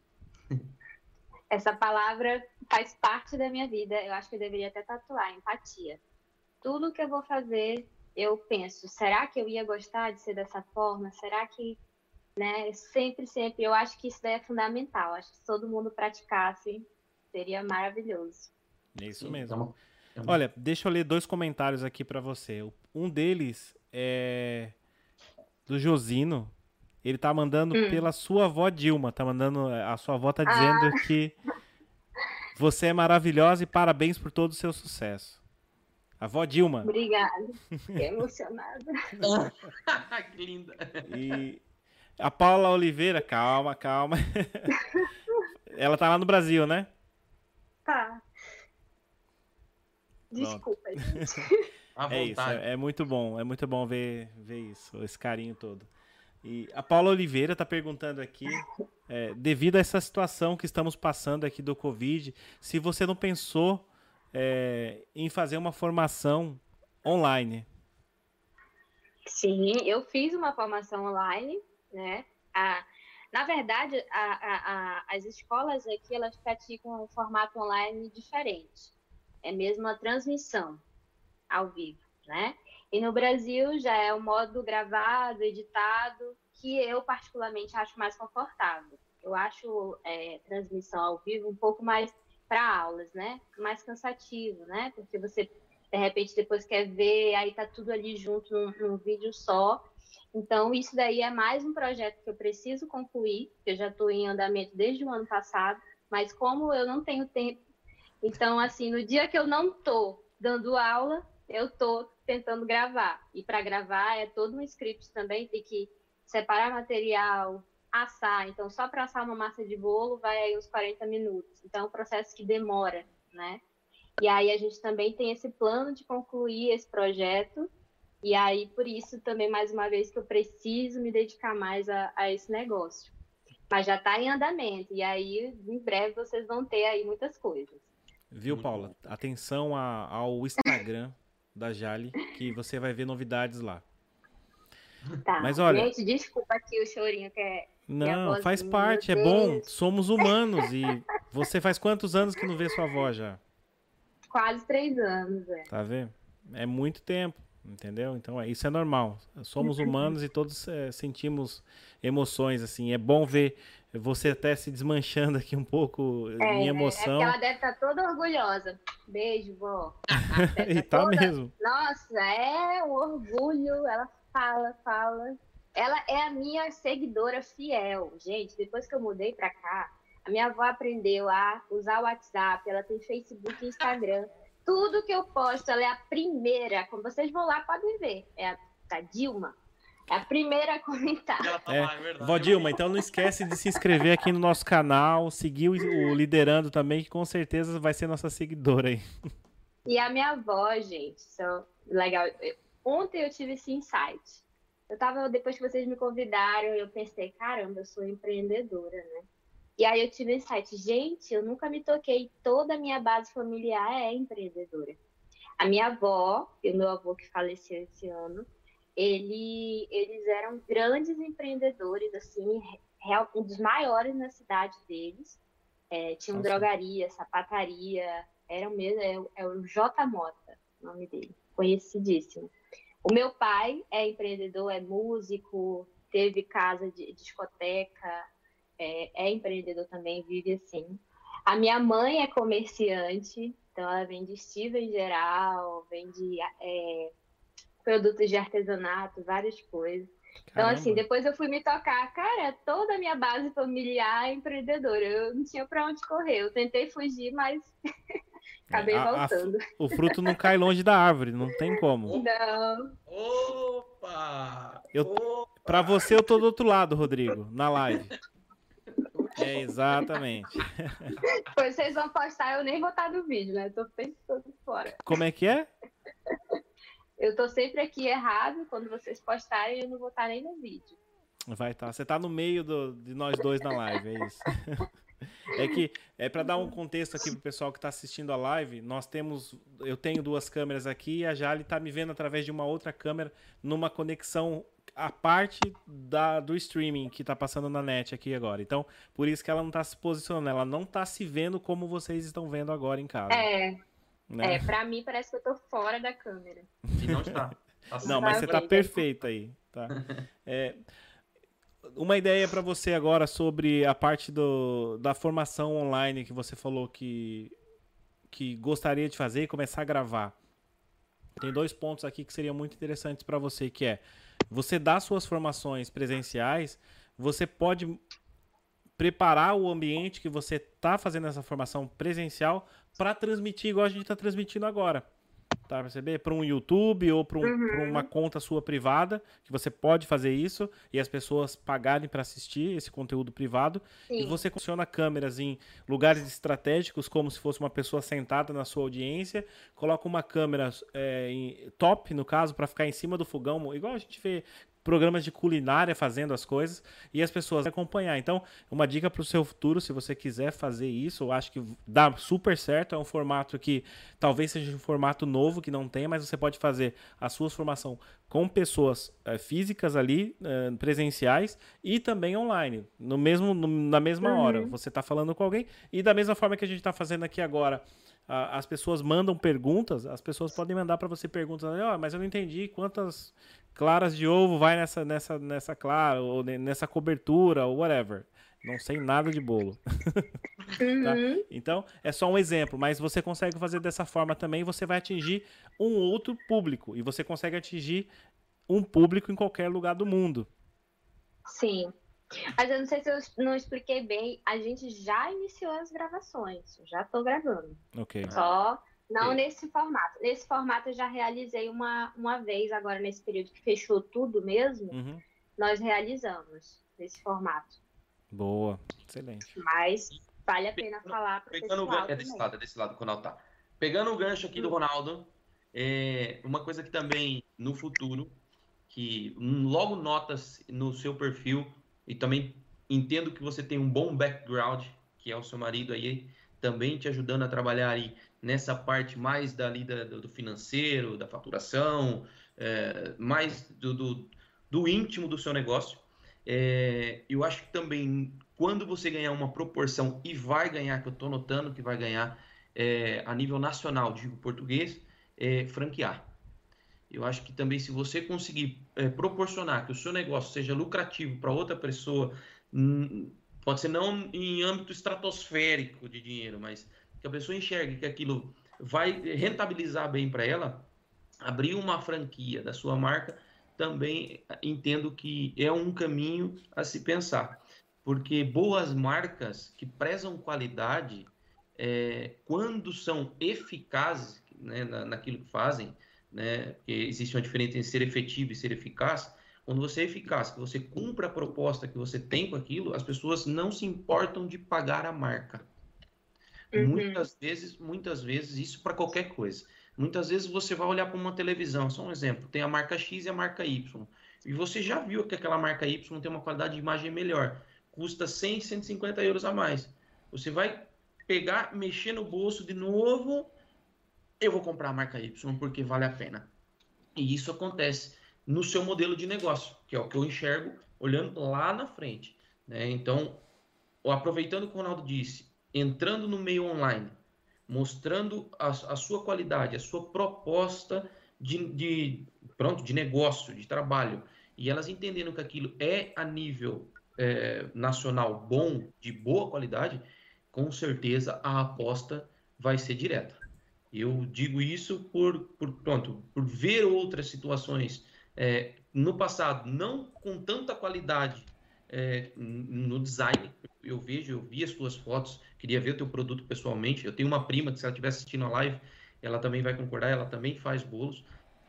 Essa palavra faz parte da minha vida. Eu acho que eu deveria até tatuar, empatia. Tudo que eu vou fazer, eu penso, será que eu ia gostar de ser dessa forma? Será que, né, sempre, sempre, eu acho que isso daí é fundamental. Acho que se todo mundo praticasse, seria maravilhoso. É isso mesmo. Olha, deixa eu ler dois comentários aqui para você. Um deles é do Josino. Ele tá mandando hum. pela sua avó Dilma. Tá mandando. A sua avó tá dizendo ah. que você é maravilhosa e parabéns por todo o seu sucesso. Avó Dilma. Obrigada. Fiquei emocionada. Que linda. E a Paula Oliveira, calma, calma. Ela tá lá no Brasil, né? Tá. Desculpa, gente. É isso, é, é muito bom, é muito bom ver, ver isso, esse carinho todo. E a Paula Oliveira está perguntando aqui, é, devido a essa situação que estamos passando aqui do Covid, se você não pensou é, em fazer uma formação online. Sim, eu fiz uma formação online, né? A, na verdade, a, a, a, as escolas aqui, elas praticam um formato online diferente. É mesmo a transmissão ao vivo, né? E no Brasil já é o modo gravado, editado, que eu particularmente acho mais confortável. Eu acho é, transmissão ao vivo um pouco mais para aulas, né? Mais cansativo, né? Porque você, de repente, depois quer ver, aí tá tudo ali junto num, num vídeo só. Então, isso daí é mais um projeto que eu preciso concluir, que eu já estou em andamento desde o ano passado, mas como eu não tenho tempo, então, assim, no dia que eu não estou dando aula, eu estou tentando gravar. E para gravar é todo um script também, tem que separar material, assar. Então, só para assar uma massa de bolo vai aí uns quarenta minutos. Então, é um processo que demora, né? E aí a gente também tem esse plano de concluir esse projeto. E aí, por isso, também, mais uma vez, que eu preciso me dedicar mais a, a esse negócio. Mas já está em andamento. E aí, em breve, vocês vão ter aí muitas coisas. Viu, Paula? Atenção a, ao Instagram da Jali, que você vai ver novidades lá. Tá. Mas olha... Gente, desculpa aqui o chorinho que é... Não, que faz parte, é bom. Somos humanos. E você faz quantos anos que não vê sua avó já? Quase três anos, é. Tá vendo? É muito tempo, entendeu? Então, é, isso é normal. Somos humanos e todos é, sentimos emoções, assim. É bom ver você até se desmanchando aqui um pouco é, em emoção. É, é que ela deve estar toda orgulhosa. Beijo, vó. E tá toda... mesmo. Nossa, é um orgulho. Ela fala, fala. Ela é a minha seguidora fiel. Gente, depois que eu mudei pra cá, a minha avó aprendeu a usar o WhatsApp, ela tem Facebook e Instagram. Tudo que eu posto, ela é a primeira. Como vocês vão lá, podem ver. É a, a Dilma. É a primeira a comentar. É, é vó Dilma, então não esquece de se inscrever aqui no nosso canal, seguir o, o Liderando também, que com certeza vai ser nossa seguidora aí. E a minha avó, gente, so, legal. Ontem eu tive esse insight. Eu tava, depois que vocês me convidaram, eu pensei, caramba, eu sou empreendedora, né? E aí eu tive um insight, gente, eu nunca me toquei, toda a minha base familiar é empreendedora. A minha avó e o meu avô que faleceu esse ano, ele, eles eram grandes empreendedores, assim, real, um dos maiores na cidade deles. É, tinham Nossa. drogaria, sapataria, era mesmo, é, é o J. Mota, o nome dele, conhecidíssimo. O meu pai é empreendedor, é músico, teve casa de discoteca, é, é empreendedor também, vive assim. A minha mãe é comerciante, então ela vende estiva em geral, vende é, produtos de artesanato, várias coisas. Caramba. Então, assim, depois eu fui me tocar, cara, toda a minha base familiar é empreendedora. Eu não tinha para onde correr. Eu tentei fugir, mas acabei é, a, voltando. A, o fruto não cai longe da árvore, não tem como. Não. Opa! Eu, Opa! Pra você, eu tô do outro lado, Rodrigo, na live. É, exatamente. Pois vocês vão postar, eu nem vou estar no vídeo, né? Tô pensando fora. Como é que é? Eu tô sempre aqui errado, quando vocês postarem, eu não vou estar nem no vídeo. Vai estar. Tá. Você tá no meio do, de nós dois na live, é isso. É que, é para dar um contexto aqui pro pessoal que tá assistindo a live, nós temos, eu tenho duas câmeras aqui e a Jali tá me vendo através de uma outra câmera numa conexão à parte da, do streaming que tá passando na net aqui agora. Então, por isso que ela não tá se posicionando, ela não tá se vendo como vocês estão vendo agora em casa. É, né? É, pra mim parece que eu tô fora da câmera. E não está. Tá não, mas você tá perfeita aí, tá? É, uma ideia para você agora sobre a parte do, da formação online que você falou que, que gostaria de fazer e começar a gravar. Tem dois pontos aqui que seriam muito interessantes para você, que é, você dá suas formações presenciais, você pode preparar o ambiente que você tá fazendo essa formação presencial para transmitir igual a gente está transmitindo agora. Tá, perceber? Para um YouTube ou para um, uhum. uma conta sua privada, que você pode fazer isso e as pessoas pagarem para assistir esse conteúdo privado. Sim. E você funciona câmeras em lugares estratégicos, como se fosse uma pessoa sentada na sua audiência. Coloca uma câmera é, em, top, no caso, para ficar em cima do fogão, igual a gente vê programas de culinária fazendo as coisas e as pessoas acompanhar. Então, uma dica para o seu futuro, se você quiser fazer isso, eu acho que dá super certo. É um formato que talvez seja um formato novo que não tem, mas você pode fazer a sua formação com pessoas é, físicas ali, é, presenciais e também online, no mesmo, no, na mesma uhum. hora. Você está falando com alguém e da mesma forma que a gente está fazendo aqui agora, as pessoas mandam perguntas, as pessoas podem mandar para você perguntas, oh, mas eu não entendi quantas claras de ovo vai nessa, nessa, nessa clara, ou nessa cobertura, ou whatever. Não sei nada de bolo. Uhum. Tá? Então, é só um exemplo, mas você consegue fazer dessa forma também, você vai atingir um outro público, e você consegue atingir um público em qualquer lugar do mundo. Sim. Mas eu não sei se eu não expliquei bem, a gente já iniciou as gravações, já estou gravando. Ok. Só não okay. nesse formato. Nesse formato eu já realizei uma, uma vez, agora nesse período que fechou tudo mesmo, uhum. nós realizamos nesse formato. Boa, excelente. Mas vale a pena Pegando, falar para o pessoal. pessoal É desse também. lado, é desse lado que o Ronaldo tá. Pegando o gancho aqui hum. do Ronaldo, é uma coisa que também no futuro, que logo nota no seu perfil, e também entendo que você tem um bom background, que é o seu marido aí, também te ajudando a trabalhar aí nessa parte mais dali da, do financeiro, da faturação, é, mais do, do, do íntimo do seu negócio. É, eu acho que também, quando você ganhar uma proporção, e vai ganhar, que eu estou notando que vai ganhar é, a nível nacional, digo português, é, franquear. Eu acho que também, se você conseguir é, proporcionar que o seu negócio seja lucrativo para outra pessoa, hum, pode ser não em âmbito estratosférico de dinheiro, mas que a pessoa enxergue que aquilo vai rentabilizar bem para ela, abrir uma franquia da sua marca, também entendo que é um caminho a se pensar. Porque boas marcas que prezam qualidade, é, quando são eficazes, né, na, naquilo que fazem, né, porque existe uma diferença entre ser efetivo e ser eficaz. Quando você é eficaz, que você cumpre a proposta que você tem com aquilo, as pessoas não se importam de pagar a marca. Uhum. Muitas vezes, muitas vezes, isso para qualquer coisa. Muitas vezes você vai olhar para uma televisão, só um exemplo, tem a marca X e a marca Y, e você já viu que aquela marca Y tem uma qualidade de imagem melhor, custa cem, cento e cinquenta euros a mais. Você vai pegar, mexer no bolso de novo, eu vou comprar a marca Y porque vale a pena. E isso acontece no seu modelo de negócio, que é o que eu enxergo olhando lá na frente, né? Então, aproveitando o que o Ronaldo disse, entrando no meio online, mostrando a, a sua qualidade, a sua proposta de, de, pronto, de negócio, de trabalho, e elas entendendo que aquilo é a nível é, nacional bom, de boa qualidade, com certeza a aposta vai ser direta. Eu digo isso por, por, pronto, por ver outras situações é, no passado, não com tanta qualidade é, no design. Eu vejo, eu vi as tuas fotos, queria ver o teu produto pessoalmente. Eu tenho uma prima que, se ela estiver assistindo a live, ela também vai concordar, ela também faz bolos.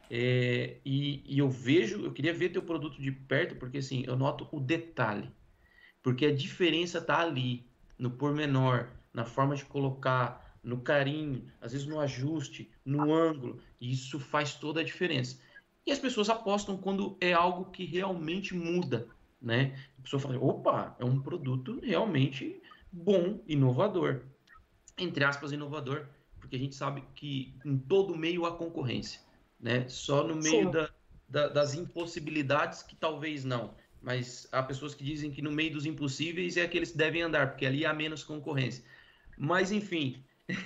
É, e, e eu vejo, eu queria ver teu produto de perto, porque assim, eu noto o detalhe. Porque a diferença está ali, no pormenor, na forma de colocar, no carinho, às vezes no ajuste, no ângulo. E isso faz toda a diferença. E as pessoas apostam quando é algo que realmente muda, né? A pessoa fala, opa, é um produto realmente bom, inovador. Entre aspas, inovador, porque a gente sabe que em todo meio há concorrência, né? Só no meio da, da, das impossibilidades que talvez não. Mas há pessoas que dizem que no meio dos impossíveis é aqueles que devem andar, porque ali há menos concorrência. Mas, enfim...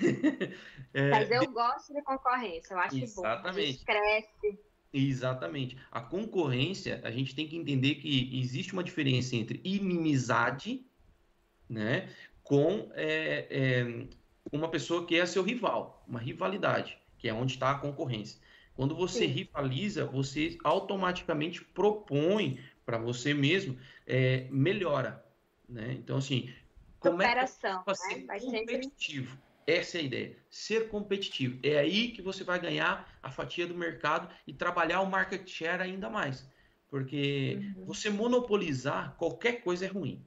é... Mas eu gosto de concorrência, eu acho Exatamente. bom, a gente cresce. Exatamente. A concorrência, a gente tem que entender que existe uma diferença entre inimizade, né, com é, é, uma pessoa que é seu rival, uma rivalidade, que é onde está a concorrência. Quando você Sim. rivaliza, você automaticamente propõe para você mesmo é, melhora, né? Então, assim, como é que para ser né? competitivo? Sempre... Essa é a ideia, ser competitivo. É aí que você vai ganhar a fatia do mercado e trabalhar o market share ainda mais. Porque uhum. você monopolizar qualquer coisa é ruim.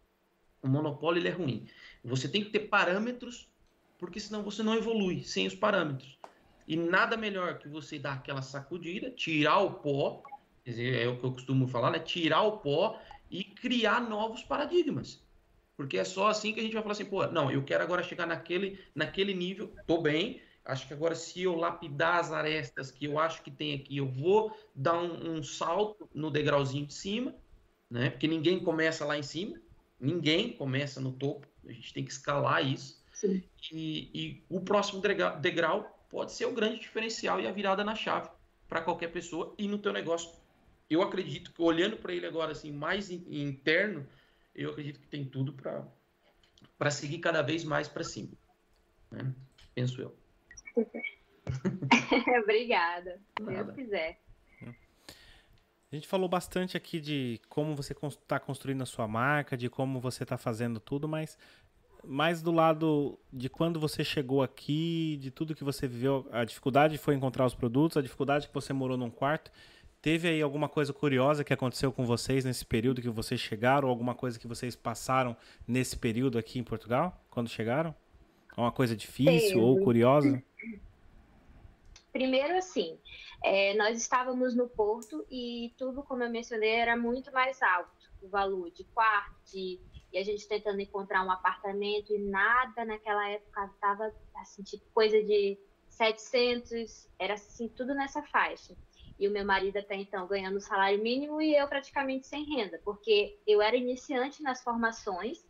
O monopólio ele é ruim. Você tem que ter parâmetros, porque senão você não evolui sem os parâmetros. E nada melhor que você dar aquela sacudida, tirar o pó, quer dizer, é o que eu costumo falar, né? Tirar o pó e criar novos paradigmas. Porque é só assim que a gente vai falar assim, pô, não, eu quero agora chegar naquele, naquele nível, tô bem, acho que agora se eu lapidar as arestas que eu acho que tem aqui, eu vou dar um, um salto no degrauzinho de cima, né? Porque ninguém começa lá em cima, ninguém começa no topo, a gente tem que escalar isso. Sim. E, e o próximo degrau pode ser o grande diferencial e a virada na chave para qualquer pessoa e no teu negócio. Eu acredito que, olhando para ele agora assim, mais interno, eu acredito que tem tudo para seguir cada vez mais para cima, né? Penso eu. Obrigada, se Deus quiser. A gente falou bastante aqui de como você está construindo a sua marca, de como você está fazendo tudo, mas mais do lado de quando você chegou aqui, de tudo que você viveu, a dificuldade foi encontrar os produtos, a dificuldade que você morou num quarto. Teve aí alguma coisa curiosa que aconteceu com vocês nesse período que vocês chegaram, ou alguma coisa que vocês passaram nesse período aqui em Portugal, quando chegaram? Uma coisa difícil Teve. ou curiosa? Primeiro, assim, é, nós estávamos no Porto e tudo, como eu mencionei, era muito mais alto. O valor de quarto, de, e a gente tentando encontrar um apartamento e nada naquela época estava, assim, tipo, coisa de setecentos, era assim, tudo nessa faixa. E o meu marido até então ganhando o salário mínimo e eu praticamente sem renda, porque eu era iniciante nas formações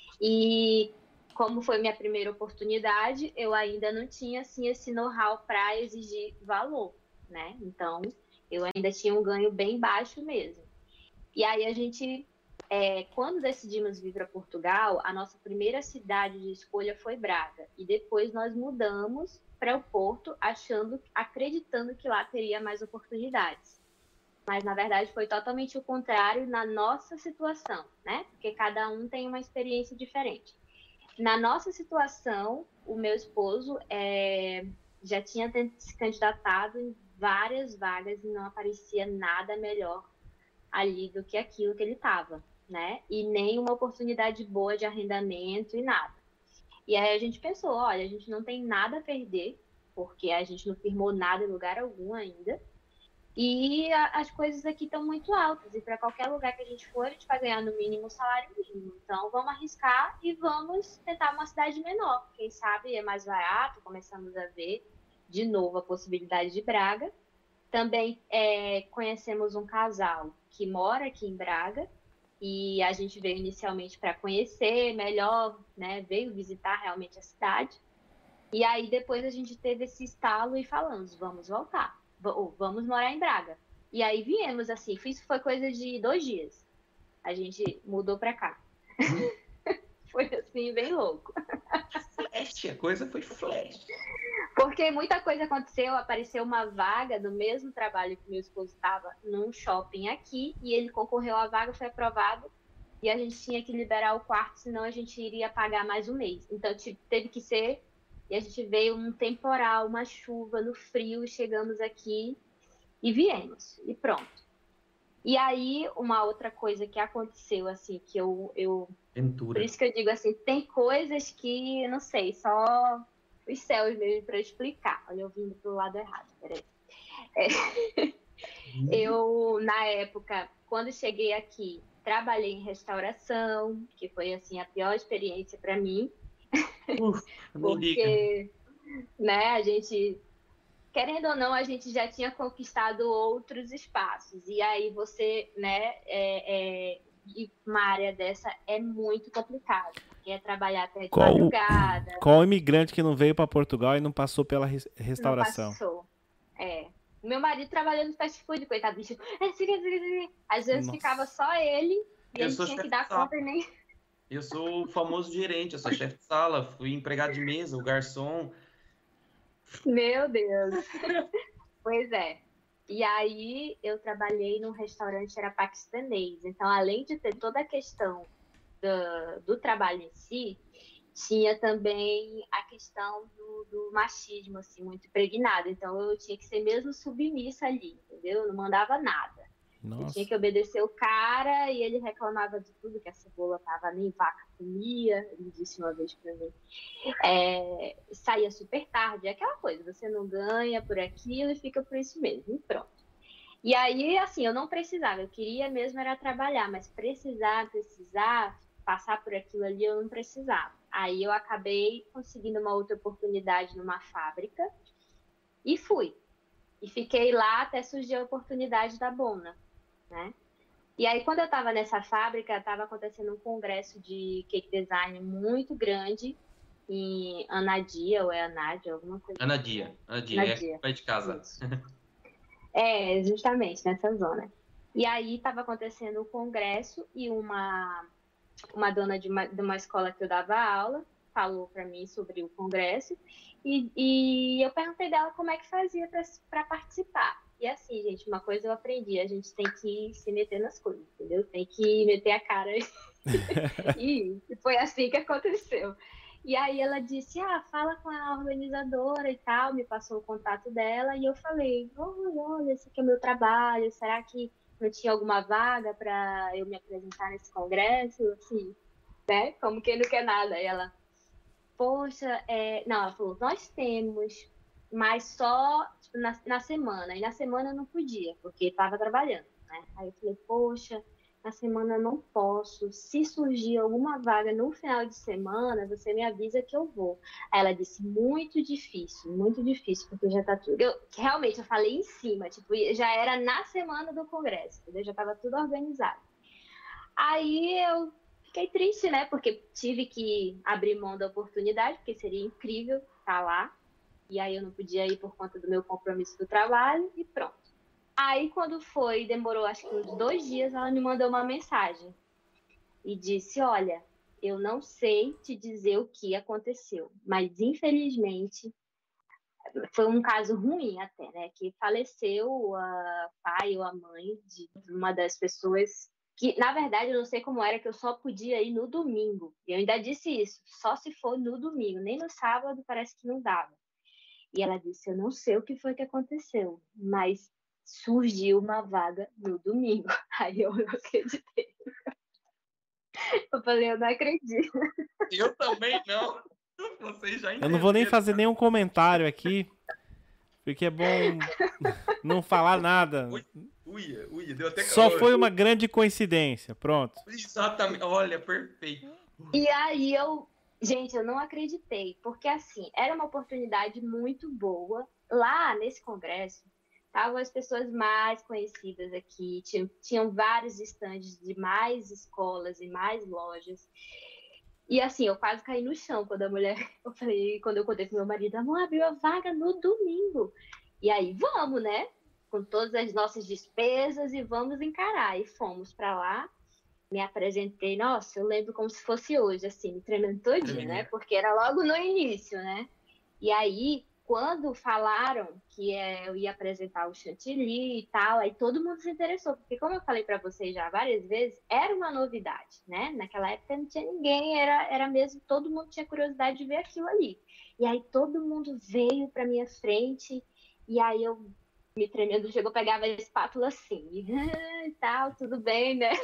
e como foi minha primeira oportunidade, eu ainda não tinha assim esse know-how para exigir valor, né? Então, eu ainda tinha um ganho bem baixo mesmo. E aí a gente, é, quando decidimos vir para Portugal, a nossa primeira cidade de escolha foi Braga. E depois nós mudamos para o Porto, achando, acreditando que lá teria mais oportunidades. Mas, na verdade, foi totalmente o contrário na nossa situação, né? Porque cada um tem uma experiência diferente. Na nossa situação, o meu esposo é, já tinha se candidatado em várias vagas e não aparecia nada melhor ali do que aquilo que ele estava, né? E nem uma oportunidade boa de arrendamento e nada. E aí a gente pensou, olha, a gente não tem nada a perder, porque a gente não firmou nada em lugar algum ainda. E a, as coisas aqui estão muito altas, e para qualquer lugar que a gente for, a gente vai ganhar no mínimo o salário mínimo. Então, vamos arriscar e vamos tentar uma cidade menor. Quem sabe é mais barato, começamos a ver de novo a possibilidade de Braga. Também é, conhecemos um casal que mora aqui em Braga, e a gente veio inicialmente para conhecer melhor, né? Veio visitar realmente a cidade. E aí, depois a gente teve esse estalo e falamos, vamos voltar. Vamos morar em Braga. E aí viemos, assim, isso foi coisa de dois dias. A gente mudou pra cá. Foi assim, bem louco. Flash, a coisa foi flash. Porque muita coisa aconteceu, apareceu uma vaga do mesmo trabalho que meu esposo estava num shopping aqui, e ele concorreu à vaga, foi aprovado, e a gente tinha que liberar o quarto, senão a gente iria pagar mais um mês. Então, teve que ser... E a gente veio um temporal, uma chuva, no frio, chegamos aqui e viemos, e pronto. E aí, uma outra coisa que aconteceu, assim, que eu... eu Ventura. Por isso que eu digo assim, tem coisas que, não sei, só os céus mesmo para explicar. Olha, eu vindo pro lado errado, peraí. É, eu, na época, quando cheguei aqui, trabalhei em restauração, que foi, assim, a pior experiência para mim. Uf, porque, né, a gente, querendo ou não, a gente já tinha conquistado outros espaços. E aí você, né, é, é, ir uma área dessa é muito complicado, porque é trabalhar até de qual, madrugada. Qual imigrante que não veio para Portugal e não passou pela restauração? Não passou, é. Meu marido trabalhando no fast food, coitado, bicho. Às vezes Nossa. ficava só ele e eu ele tinha que dar conta e nem... Eu sou o famoso gerente, eu sou chefe de sala, fui empregado de mesa, o garçom. Meu Deus. Pois é. E aí eu trabalhei num restaurante, era paquistanês. Então, além de ter toda a questão do, do trabalho em si, tinha também a questão do, do machismo, assim, muito impregnado. Então, eu tinha que ser mesmo submissa ali, entendeu? Eu não mandava nada. Nossa. Eu tinha que obedecer o cara e ele reclamava de tudo, que a cebola tava nem vaca comia, ele disse uma vez pra mim. É, saía super tarde, é aquela coisa, você não ganha por aquilo e fica por isso mesmo, e pronto. E aí, assim, eu não precisava, eu queria mesmo era trabalhar, mas precisar, precisar, passar por aquilo ali, eu não precisava. Aí eu acabei conseguindo uma outra oportunidade numa fábrica e fui. E fiquei lá até surgir a oportunidade da Bona. Né? E aí, quando eu estava nessa fábrica, estava acontecendo um congresso de cake design muito grande em Anadia, ou é Anadia, alguma coisa. Anadia, Anadia, Anadia. É perto de casa. É, justamente, nessa zona. E aí, estava acontecendo o congresso e uma, uma dona de uma, de uma escola que eu dava aula falou para mim sobre o congresso e, e eu perguntei dela como é que fazia para participar. E assim, gente, uma coisa eu aprendi, a gente tem que se meter nas coisas, entendeu? Tem que meter a cara. E foi assim que aconteceu. E aí ela disse, ah, fala com a organizadora e tal, me passou o contato dela, e eu falei, olha, olha, esse aqui é o meu trabalho, será que não tinha alguma vaga para eu me apresentar nesse congresso? Assim, né? Como quem não quer nada. E ela, poxa, é... não, ela falou, nós temos... mas só tipo, na, na semana. E na semana eu não podia, porque estava trabalhando, né? Aí eu falei, poxa, na semana eu não posso. Se surgir alguma vaga no final de semana, você me avisa que eu vou. Aí ela disse, muito difícil, muito difícil, porque já tá tudo... Eu, realmente, eu falei em cima, tipo, já era na semana do congresso, entendeu? Já estava tudo organizado. Aí eu fiquei triste, né? Porque tive que abrir mão da oportunidade, porque seria incrível estar lá. E aí eu não podia ir por conta do meu compromisso do trabalho e pronto. Aí quando foi, demorou acho que uns dois dias, ela me mandou uma mensagem e disse, olha, eu não sei te dizer o que aconteceu, mas infelizmente foi um caso ruim até, né? Que faleceu o pai ou a mãe de uma das pessoas que, na verdade, eu não sei como era, que eu só podia ir no domingo. E eu ainda disse isso, só se for no domingo, nem no sábado parece que não dava. E ela disse, eu não sei o que foi que aconteceu, mas surgiu uma vaga no domingo. Aí eu não acreditei. Eu falei, eu não acredito. Eu também não. Vocês já Eu não vou nem fazer nenhum comentário aqui, porque é bom não falar nada. Uia, uia, deu até Só calor. foi uma grande coincidência, pronto. Exatamente, olha, perfeito. E aí eu, gente, eu não acreditei, porque assim, era uma oportunidade muito boa. Lá nesse congresso, estavam as pessoas mais conhecidas aqui, tinham, tinham vários estandes de mais escolas e mais lojas. E assim, eu quase caí no chão quando a mulher, eu falei, quando eu contei pro meu marido, amor, abriu a vaga no domingo. E aí, vamos, né? Com todas as nossas despesas e vamos encarar. E fomos para lá, me apresentei, nossa, eu lembro como se fosse hoje, assim, me tremendo todinha, né? Porque era logo no início, né? E aí, quando falaram que é, eu ia apresentar o chantilly e tal, aí todo mundo se interessou, porque como eu falei para vocês já várias vezes, era uma novidade, né? Naquela época não tinha ninguém, era, era mesmo, todo mundo tinha curiosidade de ver aquilo ali. E aí todo mundo veio para minha frente, e aí eu me tremendo, chegou, pegava a espátula assim, e tal, tudo bem, né?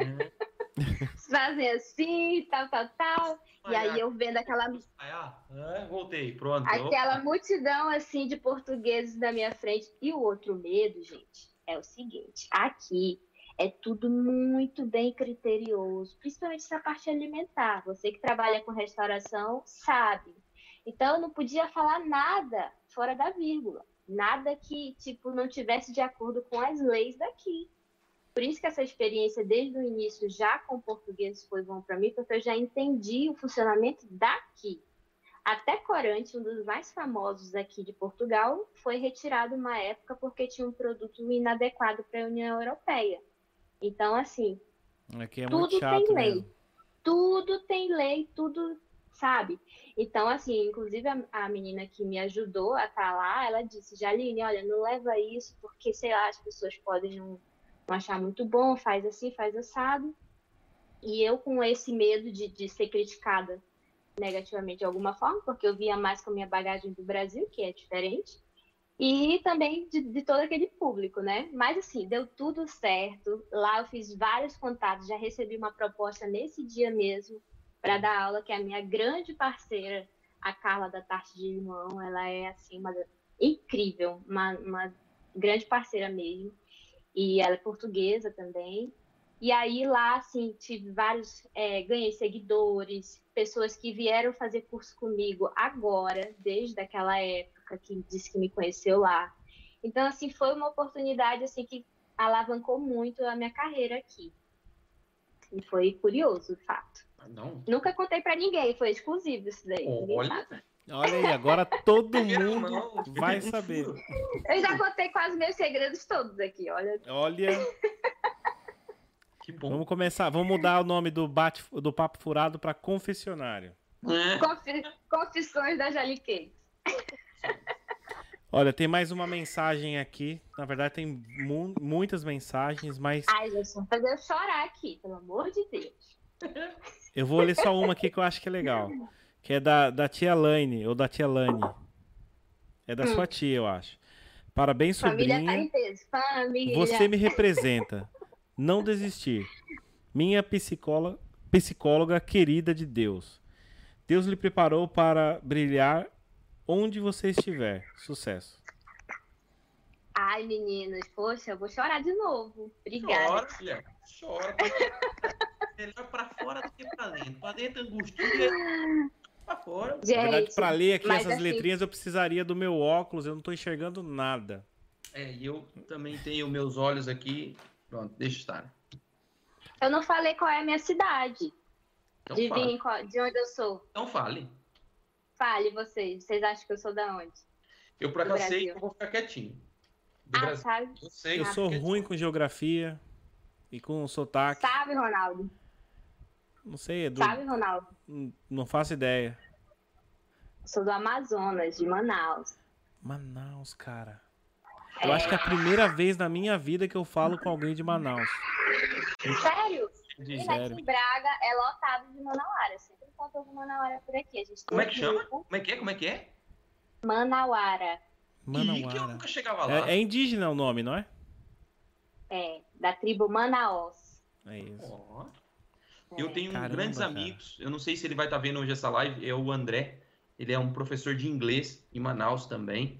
Fazem assim, tal, tal, tal. E aí eu vendo aquela... Ah, voltei, pronto. Aquela multidão, assim, de portugueses na minha frente. E o outro medo, gente, é o seguinte. Aqui é tudo muito bem criterioso, principalmente essa parte alimentar. Você que trabalha com restauração sabe. Então, eu não podia falar nada fora da vírgula. Nada que, tipo, não tivesse de acordo com as leis daqui. Por isso que essa experiência, desde o início, já com português, foi bom para mim, porque eu já entendi o funcionamento daqui. Até corante, um dos mais famosos aqui de Portugal, foi retirado uma época porque tinha um produto inadequado para a União Europeia. Então, assim, aqui é tudo muito chato tem lei. mesmo. Tudo tem lei, tudo, sabe? Então, assim, inclusive a, a menina que me ajudou a estar lá, ela disse, Jaline, olha, não leva isso porque, sei lá, as pessoas podem não não achar muito bom, faz assim, faz assado. E eu com esse medo de, de ser criticada negativamente de alguma forma, porque eu via mais com a minha bagagem do Brasil, que é diferente, e também de, de todo aquele público, né? Mas assim, deu tudo certo. Lá eu fiz vários contatos, já recebi uma proposta nesse dia mesmo para dar aula, que é a minha grande parceira, a Carla da Tarte de Limão. Ela é assim, uma incrível, uma, uma grande parceira mesmo. E ela é portuguesa também. E aí lá, assim, tive vários, é, ganhei seguidores, pessoas que vieram fazer curso comigo agora, desde aquela época, que disse que me conheceu lá. Então, assim, foi uma oportunidade, assim, que alavancou muito a minha carreira aqui. E foi curioso, de fato. Não. Nunca contei para ninguém, foi exclusivo isso daí. Olha, Olha aí, agora todo mundo vai saber. Eu já contei quase meus segredos todos aqui, olha. Olha. Que bom. Vamos começar, vamos mudar o nome do, bate, do Papo Furado para Confessionário. É. Confi Confissões da Jaline Cakes. Olha, tem mais uma mensagem aqui. Na verdade, tem mu muitas mensagens, mas... Ai, gente, vou fazer eu chorar aqui, pelo amor de Deus. Eu vou ler só uma aqui que eu acho que é legal. Que é da, da tia Laine, ou da tia Lani. É da hum. sua tia, eu acho. Parabéns, Família sobrinha. Tá em peso. Família. Você me representa. Não desistir. Minha psicóloga, psicóloga querida de Deus. Deus lhe preparou para brilhar onde você estiver. Sucesso. Ai, meninos, poxa, eu vou chorar de novo. Obrigada. Chora, filha. Chora. Melhor pra fora do que pra dentro. Pra dentro, angustia. Pra fora. Gente, Na verdade, pra ler aqui essas assim, letrinhas, eu precisaria do meu óculos. Eu não tô enxergando nada. É, e eu também tenho meus olhos aqui. Pronto, deixa estar. Eu não falei qual é a minha cidade. Então de, fale. qual, de onde eu sou. Então fale. Fale vocês. Vocês acham que eu sou da onde? Eu, por Do acaso, sei Brasil. que eu vou ficar quietinho. Do Ah, Brasil. sabe? Eu sei, Eu eu sou fico ruim com geografia e com sotaque. Sabe, Ronaldo? Não sei, Edu. Sabe, Ronaldo? Não faço ideia. Eu sou do Amazonas, de Manaus. Manaus, cara. Eu acho que é a primeira vez na minha vida que eu falo com alguém de Manaus. Sério? De... E Sério. aqui em Braga é lotado de Manauara. Sempre faltou de Manauara por aqui. A gente Como é tem que um chama? grupo Como é que é? Como é que é? Manauara. Ih, que eu Manauara. nunca chegava lá. É, é indígena o nome, não é? É, da tribo Manaus. É isso. Ó. Eu tenho Caramba, grandes cara. amigos. Eu não sei se ele vai estar vendo hoje essa live. É o André. Ele é um professor de inglês em Manaus também.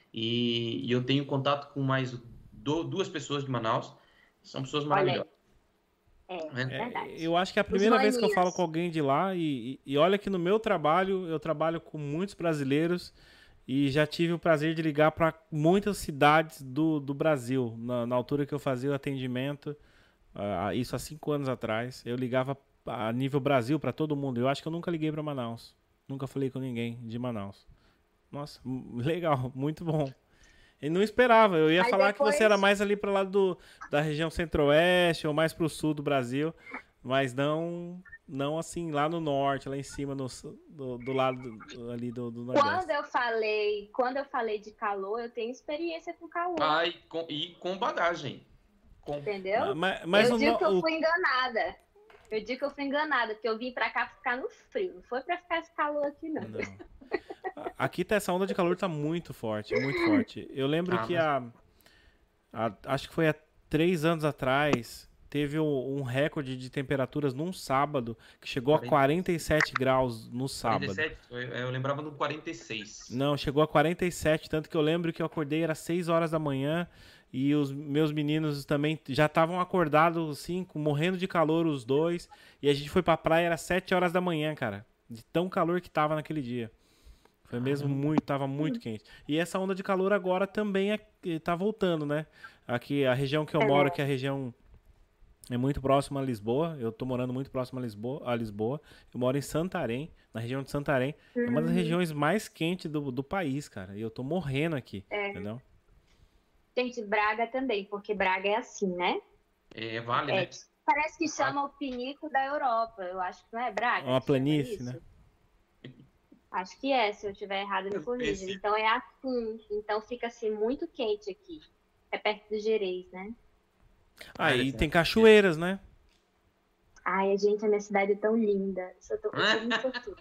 E, e eu tenho contato com mais do- duas pessoas de Manaus. São pessoas maravilhosas. É, É, É, verdade. eu acho que é a primeira vez que eu maninhos. falo com alguém de lá e, e- e olha que no meu trabalho, eu trabalho com muitos brasileiros e já tive o prazer de ligar para muitas cidades do, do Brasil. Na, na altura que eu fazia o atendimento, ah, isso há cinco anos atrás, eu ligava a nível Brasil para todo mundo. Eu acho que eu nunca liguei para Manaus. Nunca falei com ninguém de Manaus. Nossa, m- legal, muito bom. E não esperava, eu ia Mas falar depois- que você era mais ali para lá do, da região centro-oeste ou mais para o sul do Brasil, mas não não assim lá no norte, lá em cima, no, su- do, do lado do- ali do, do Quando nordeste. eu falei, quando eu falei de calor, eu tenho experiência com calor, Ah, e com, e com bagagem. Com... entendeu? Mas, mas eu o, digo no- que eu o- fui enganada. Eu digo que eu fui enganada, porque eu vim pra cá ficar no frio. Não foi pra ficar esse calor aqui, não. não. Aqui tá, essa onda de calor tá muito forte, muito forte. Eu lembro Ah, que mas- a, a- acho que foi há três anos atrás, teve um, um recorde de temperaturas num sábado que chegou a quarenta e sete graus no sábado. quarenta e sete, eu, eu lembrava do quarenta e seis. Não, chegou a quarenta e sete, tanto que eu lembro que eu acordei, era seis horas da manhã, e os meus meninos também já estavam acordados, assim, com- morrendo de calor os dois, e a gente foi pra praia, era sete horas da manhã, cara, de tão calor que tava naquele dia. Foi mesmo muito, tava muito quente. E essa onda de calor agora também é, tá voltando, né? Aqui, a região que eu moro, que é a região é muito próxima a Lisboa, eu tô morando muito próximo a Lisboa, a Lisboa. Eu moro em Santarém, na região de Santarém. É uma das regiões mais quentes do, do país, cara. E eu tô morrendo aqui, entendeu? Gente, Braga também, porque Braga é assim, né? É, vale, É, né? parece que chama o pinico da Europa. Eu acho que não é Braga. É uma que chama planície, isso? né? Acho que é, se eu estiver errado, me corrija. Esse- Então é assim, então fica assim muito quente aqui. É perto do Gerês, né? Ah, e Olha, tem cachoeiras, né? Ai, gente, a minha cidade é tão linda. Eu tô, eu sou muito sortuda.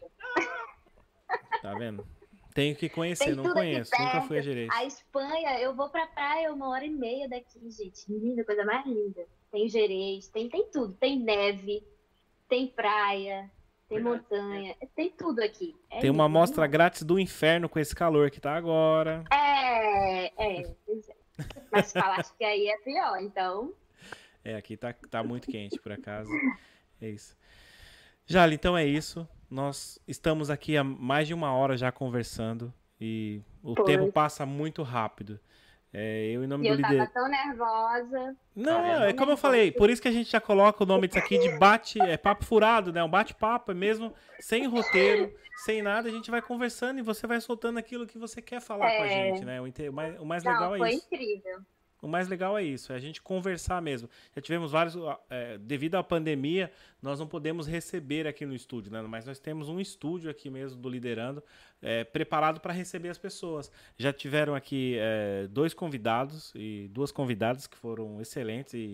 Tá vendo? Tenho que conhecer, Tem não tudo aqui conheço. Nunca fui a perto. Gerês. A Espanha, eu vou pra praia uma hora e meia daqui, gente. Linda, coisa mais linda. Tem Gerês, tem, tem tudo. Tem neve, tem praia, tem Verdade. montanha. Tem tudo aqui. É Tem uma lindo amostra demais. grátis do inferno com esse calor que tá agora. É, é, pois é. Mas falaste que aí é pior, então. É, aqui tá, tá muito quente, por acaso. É isso. Jali, então é isso. Nós estamos aqui há mais de uma hora já conversando e o Foi. tempo passa muito rápido. É, eu, em nome E do eu tava líder. tão nervosa. Não, Tá vendo? é como eu falei, por isso que a gente já coloca o nome disso aqui de bate, é papo furado, né? Um bate-papo, é mesmo sem roteiro, sem nada, a gente vai conversando e você vai soltando aquilo que você quer falar com a É. gente, né? O, inte- o mais, o mais Não, legal é foi isso. incrível. O mais legal é isso, é a gente conversar mesmo. Já tivemos vários, é, devido à pandemia, nós não podemos receber aqui no estúdio, né? Mas nós temos um estúdio aqui mesmo do Liderando, é, preparado para receber as pessoas. Já tiveram aqui é, dois convidados e duas convidadas que foram excelentes e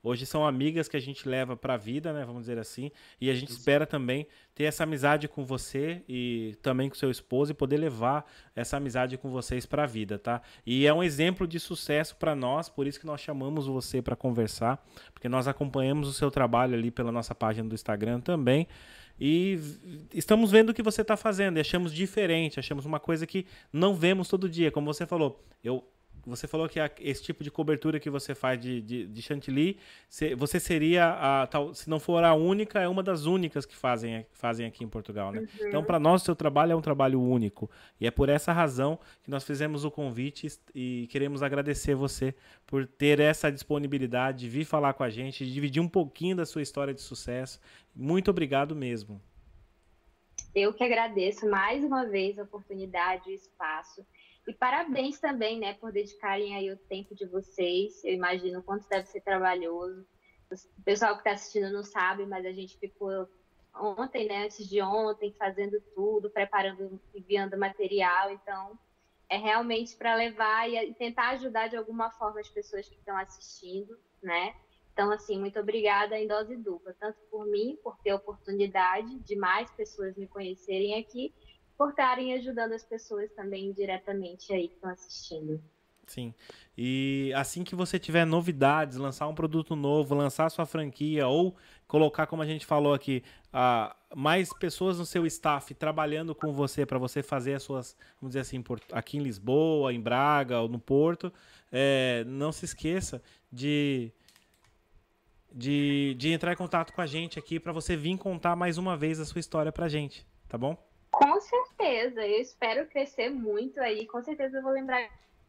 Hoje são amigas que a gente leva para a vida, né? Vamos dizer assim. E a gente espera também ter essa amizade com você e também com seu esposo e poder levar essa amizade com vocês para a vida, tá? E é um exemplo de sucesso para nós, por isso que nós chamamos você para conversar, porque nós acompanhamos o seu trabalho ali pela nossa página do Instagram também. E estamos vendo o que você está fazendo e achamos diferente, achamos uma coisa que não vemos todo dia. Como você falou, eu, você falou que a, esse tipo de cobertura que você faz de, de, de chantilly, se, você seria, a, tal, se não for a única, é uma das únicas que fazem, fazem aqui em Portugal, né? Uhum. Então, para nós, o seu trabalho é um trabalho único. E é por essa razão que nós fizemos o convite e queremos agradecer você por ter essa disponibilidade de vir falar com a gente, de dividir um pouquinho da sua história de sucesso. Muito obrigado mesmo. Eu que agradeço mais uma vez a oportunidade, o espaço. E parabéns também, né, por dedicarem aí o tempo de vocês. Eu imagino o quanto deve ser trabalhoso. O pessoal que está assistindo não sabe, mas a gente ficou ontem, né, antes de ontem, fazendo tudo, preparando, enviando material. Então, é realmente para levar e tentar ajudar de alguma forma as pessoas que estão assistindo, né? Então, assim, muito obrigada em dose dupla, tanto por mim, por ter a oportunidade de mais pessoas me conhecerem aqui, por estarem ajudando as pessoas também diretamente aí que estão assistindo. Sim. E assim que você tiver novidades, lançar um produto novo, lançar sua franquia ou colocar, como a gente falou aqui, uh, mais pessoas no seu staff trabalhando com você para você fazer as suas, vamos dizer assim, aqui em Lisboa, em Braga ou no Porto, é, não se esqueça de... De, de entrar em contato com a gente aqui para você vir contar mais uma vez a sua história pra gente, tá bom? Com certeza, eu espero crescer muito aí, com certeza eu vou lembrar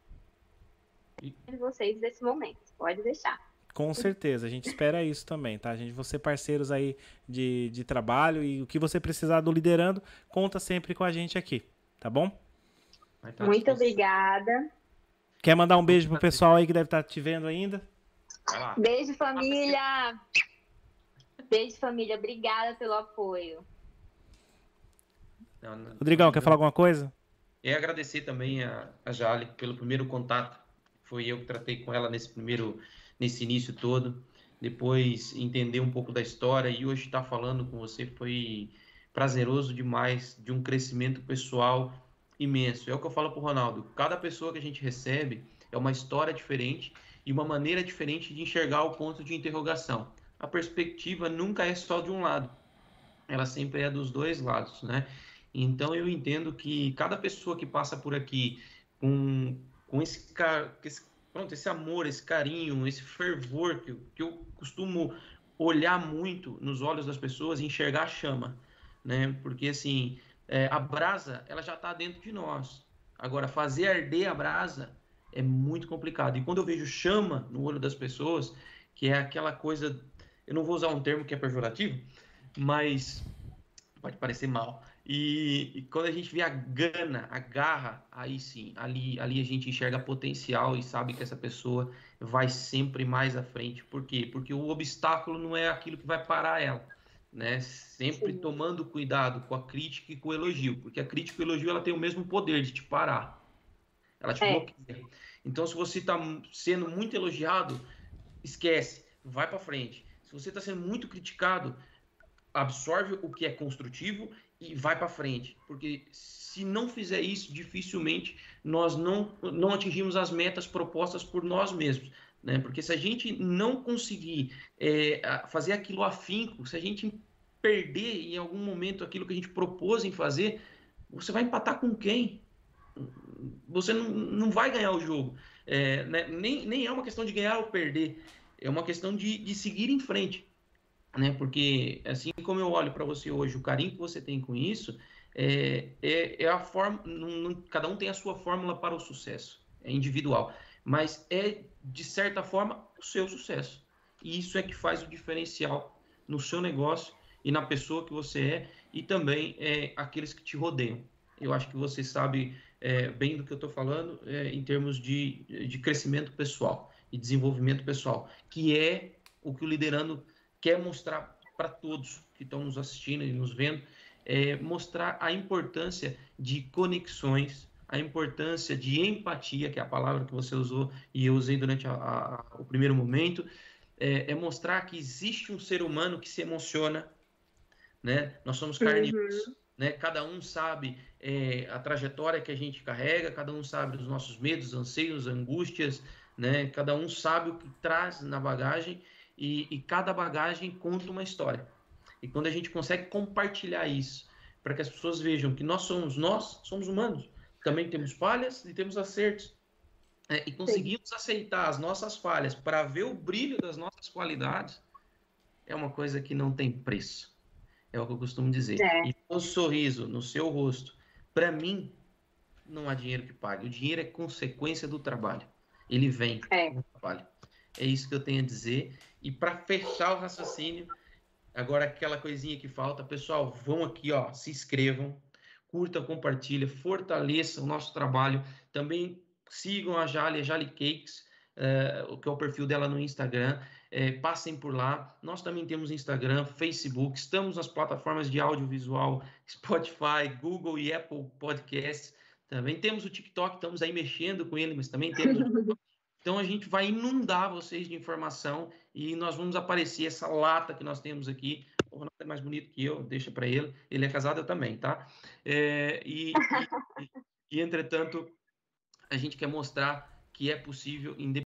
de vocês desse momento, pode deixar. Com certeza, a gente espera isso também, tá? A gente vai ser parceiros aí de, de trabalho e o que você precisar do Liderando, conta sempre com a gente aqui, tá bom? Muito obrigada. Quer mandar um beijo pro pessoal aí que deve estar te vendo ainda? Beijo, família! Beijo, família. Obrigada pelo apoio. Não, não, Rodrigão, não, quer falar alguma coisa? É agradecer também a, a Jale pelo primeiro contato. Foi eu que tratei com ela nesse primeiro, nesse início todo. Depois entender um pouco da história e hoje estar falando com você foi prazeroso demais, de um crescimento pessoal imenso. É o que eu falo pro Ronaldo. Cada pessoa que a gente recebe é uma história diferente e uma maneira diferente de enxergar o ponto de interrogação. A perspectiva nunca é só de um lado, ela sempre é dos dois lados, né? Então eu entendo que cada pessoa que passa por aqui com, com esse, esse, pronto, esse amor, esse carinho, esse fervor que eu, que eu costumo olhar muito nos olhos das pessoas e enxergar a chama, né? Porque assim, é, a brasa, ela já está dentro de nós. Agora, fazer arder a brasa é muito complicado. E quando eu vejo chama no olho das pessoas, que é aquela coisa... Eu não vou usar um termo que é pejorativo, mas pode parecer mal. E, e quando a gente vê a gana, a garra, aí sim, ali, ali a gente enxerga potencial e sabe que essa pessoa vai sempre mais à frente. Por quê? Porque o obstáculo não é aquilo que vai parar ela, né? Sempre sim. Tomando cuidado com a crítica e com o elogio, porque a crítica e o elogio ela tem o mesmo poder de te parar. Ela te é. bloqueia. Então, se você está sendo muito elogiado, esquece, vai para frente. Se você está sendo muito criticado, absorve o que é construtivo e vai para frente. Porque se não fizer isso, dificilmente nós não, não atingimos as metas propostas por nós mesmos, né? Porque se a gente não conseguir é, fazer aquilo afinco, se a gente perder em algum momento aquilo que a gente propôs em fazer, você vai empatar com quem? Você não, não vai ganhar o jogo. É, né? nem, nem é uma questão de ganhar ou perder, é uma questão de, de seguir em frente, né? Porque assim como eu olho para você hoje, o carinho que você tem com isso, é, é, é a forma, não, não, cada um tem a sua fórmula para o sucesso, é individual, mas é de certa forma o seu sucesso, e isso é que faz o diferencial no seu negócio e na pessoa que você é, e também é, aqueles que te rodeiam. Eu acho que você sabe é, bem do que eu estou falando é, em termos de, de crescimento pessoal e desenvolvimento pessoal, que é o que o Liderando quer mostrar para todos que estão nos assistindo e nos vendo, é mostrar a importância de conexões, a importância de empatia, que é a palavra que você usou e eu usei durante a, a, o primeiro momento, é, é mostrar que existe um ser humano que se emociona, né? Nós somos carnívoros, uhum. né? Cada um sabe é, a trajetória que a gente carrega, cada um sabe dos nossos medos, anseios, angústias, né? Cada um sabe o que traz na bagagem e, e cada bagagem conta uma história. E quando a gente consegue compartilhar isso, para que as pessoas vejam que nós somos nós, somos humanos, também temos falhas e temos acertos, é, e conseguimos Sim. aceitar as nossas falhas para ver o brilho das nossas qualidades, é uma coisa que não tem preço. É o que eu costumo dizer. É. E o sorriso no seu rosto, para mim, não há dinheiro que pague. O dinheiro é consequência do trabalho. Ele vem é. com o trabalho. É isso que eu tenho a dizer. E para fechar o raciocínio, agora aquela coisinha que falta, pessoal, vão aqui, ó, se inscrevam, curtam, compartilhem, fortaleçam o nosso trabalho. Também sigam a Jali, a Jali Cakes, uh, que é o perfil dela no Instagram. É, passem por lá. Nós também temos Instagram, Facebook, estamos nas plataformas de audiovisual, Spotify, Google e Apple Podcasts. Também temos o TikTok, estamos aí mexendo com ele, mas também temos o TikTok. Então a gente vai inundar vocês de informação e nós vamos aparecer essa lata que nós temos aqui. O Ronaldo é mais bonito que eu, deixa para ele. Ele é casado, eu também, tá? É, e, e, e, entretanto, a gente quer mostrar que é possível, independente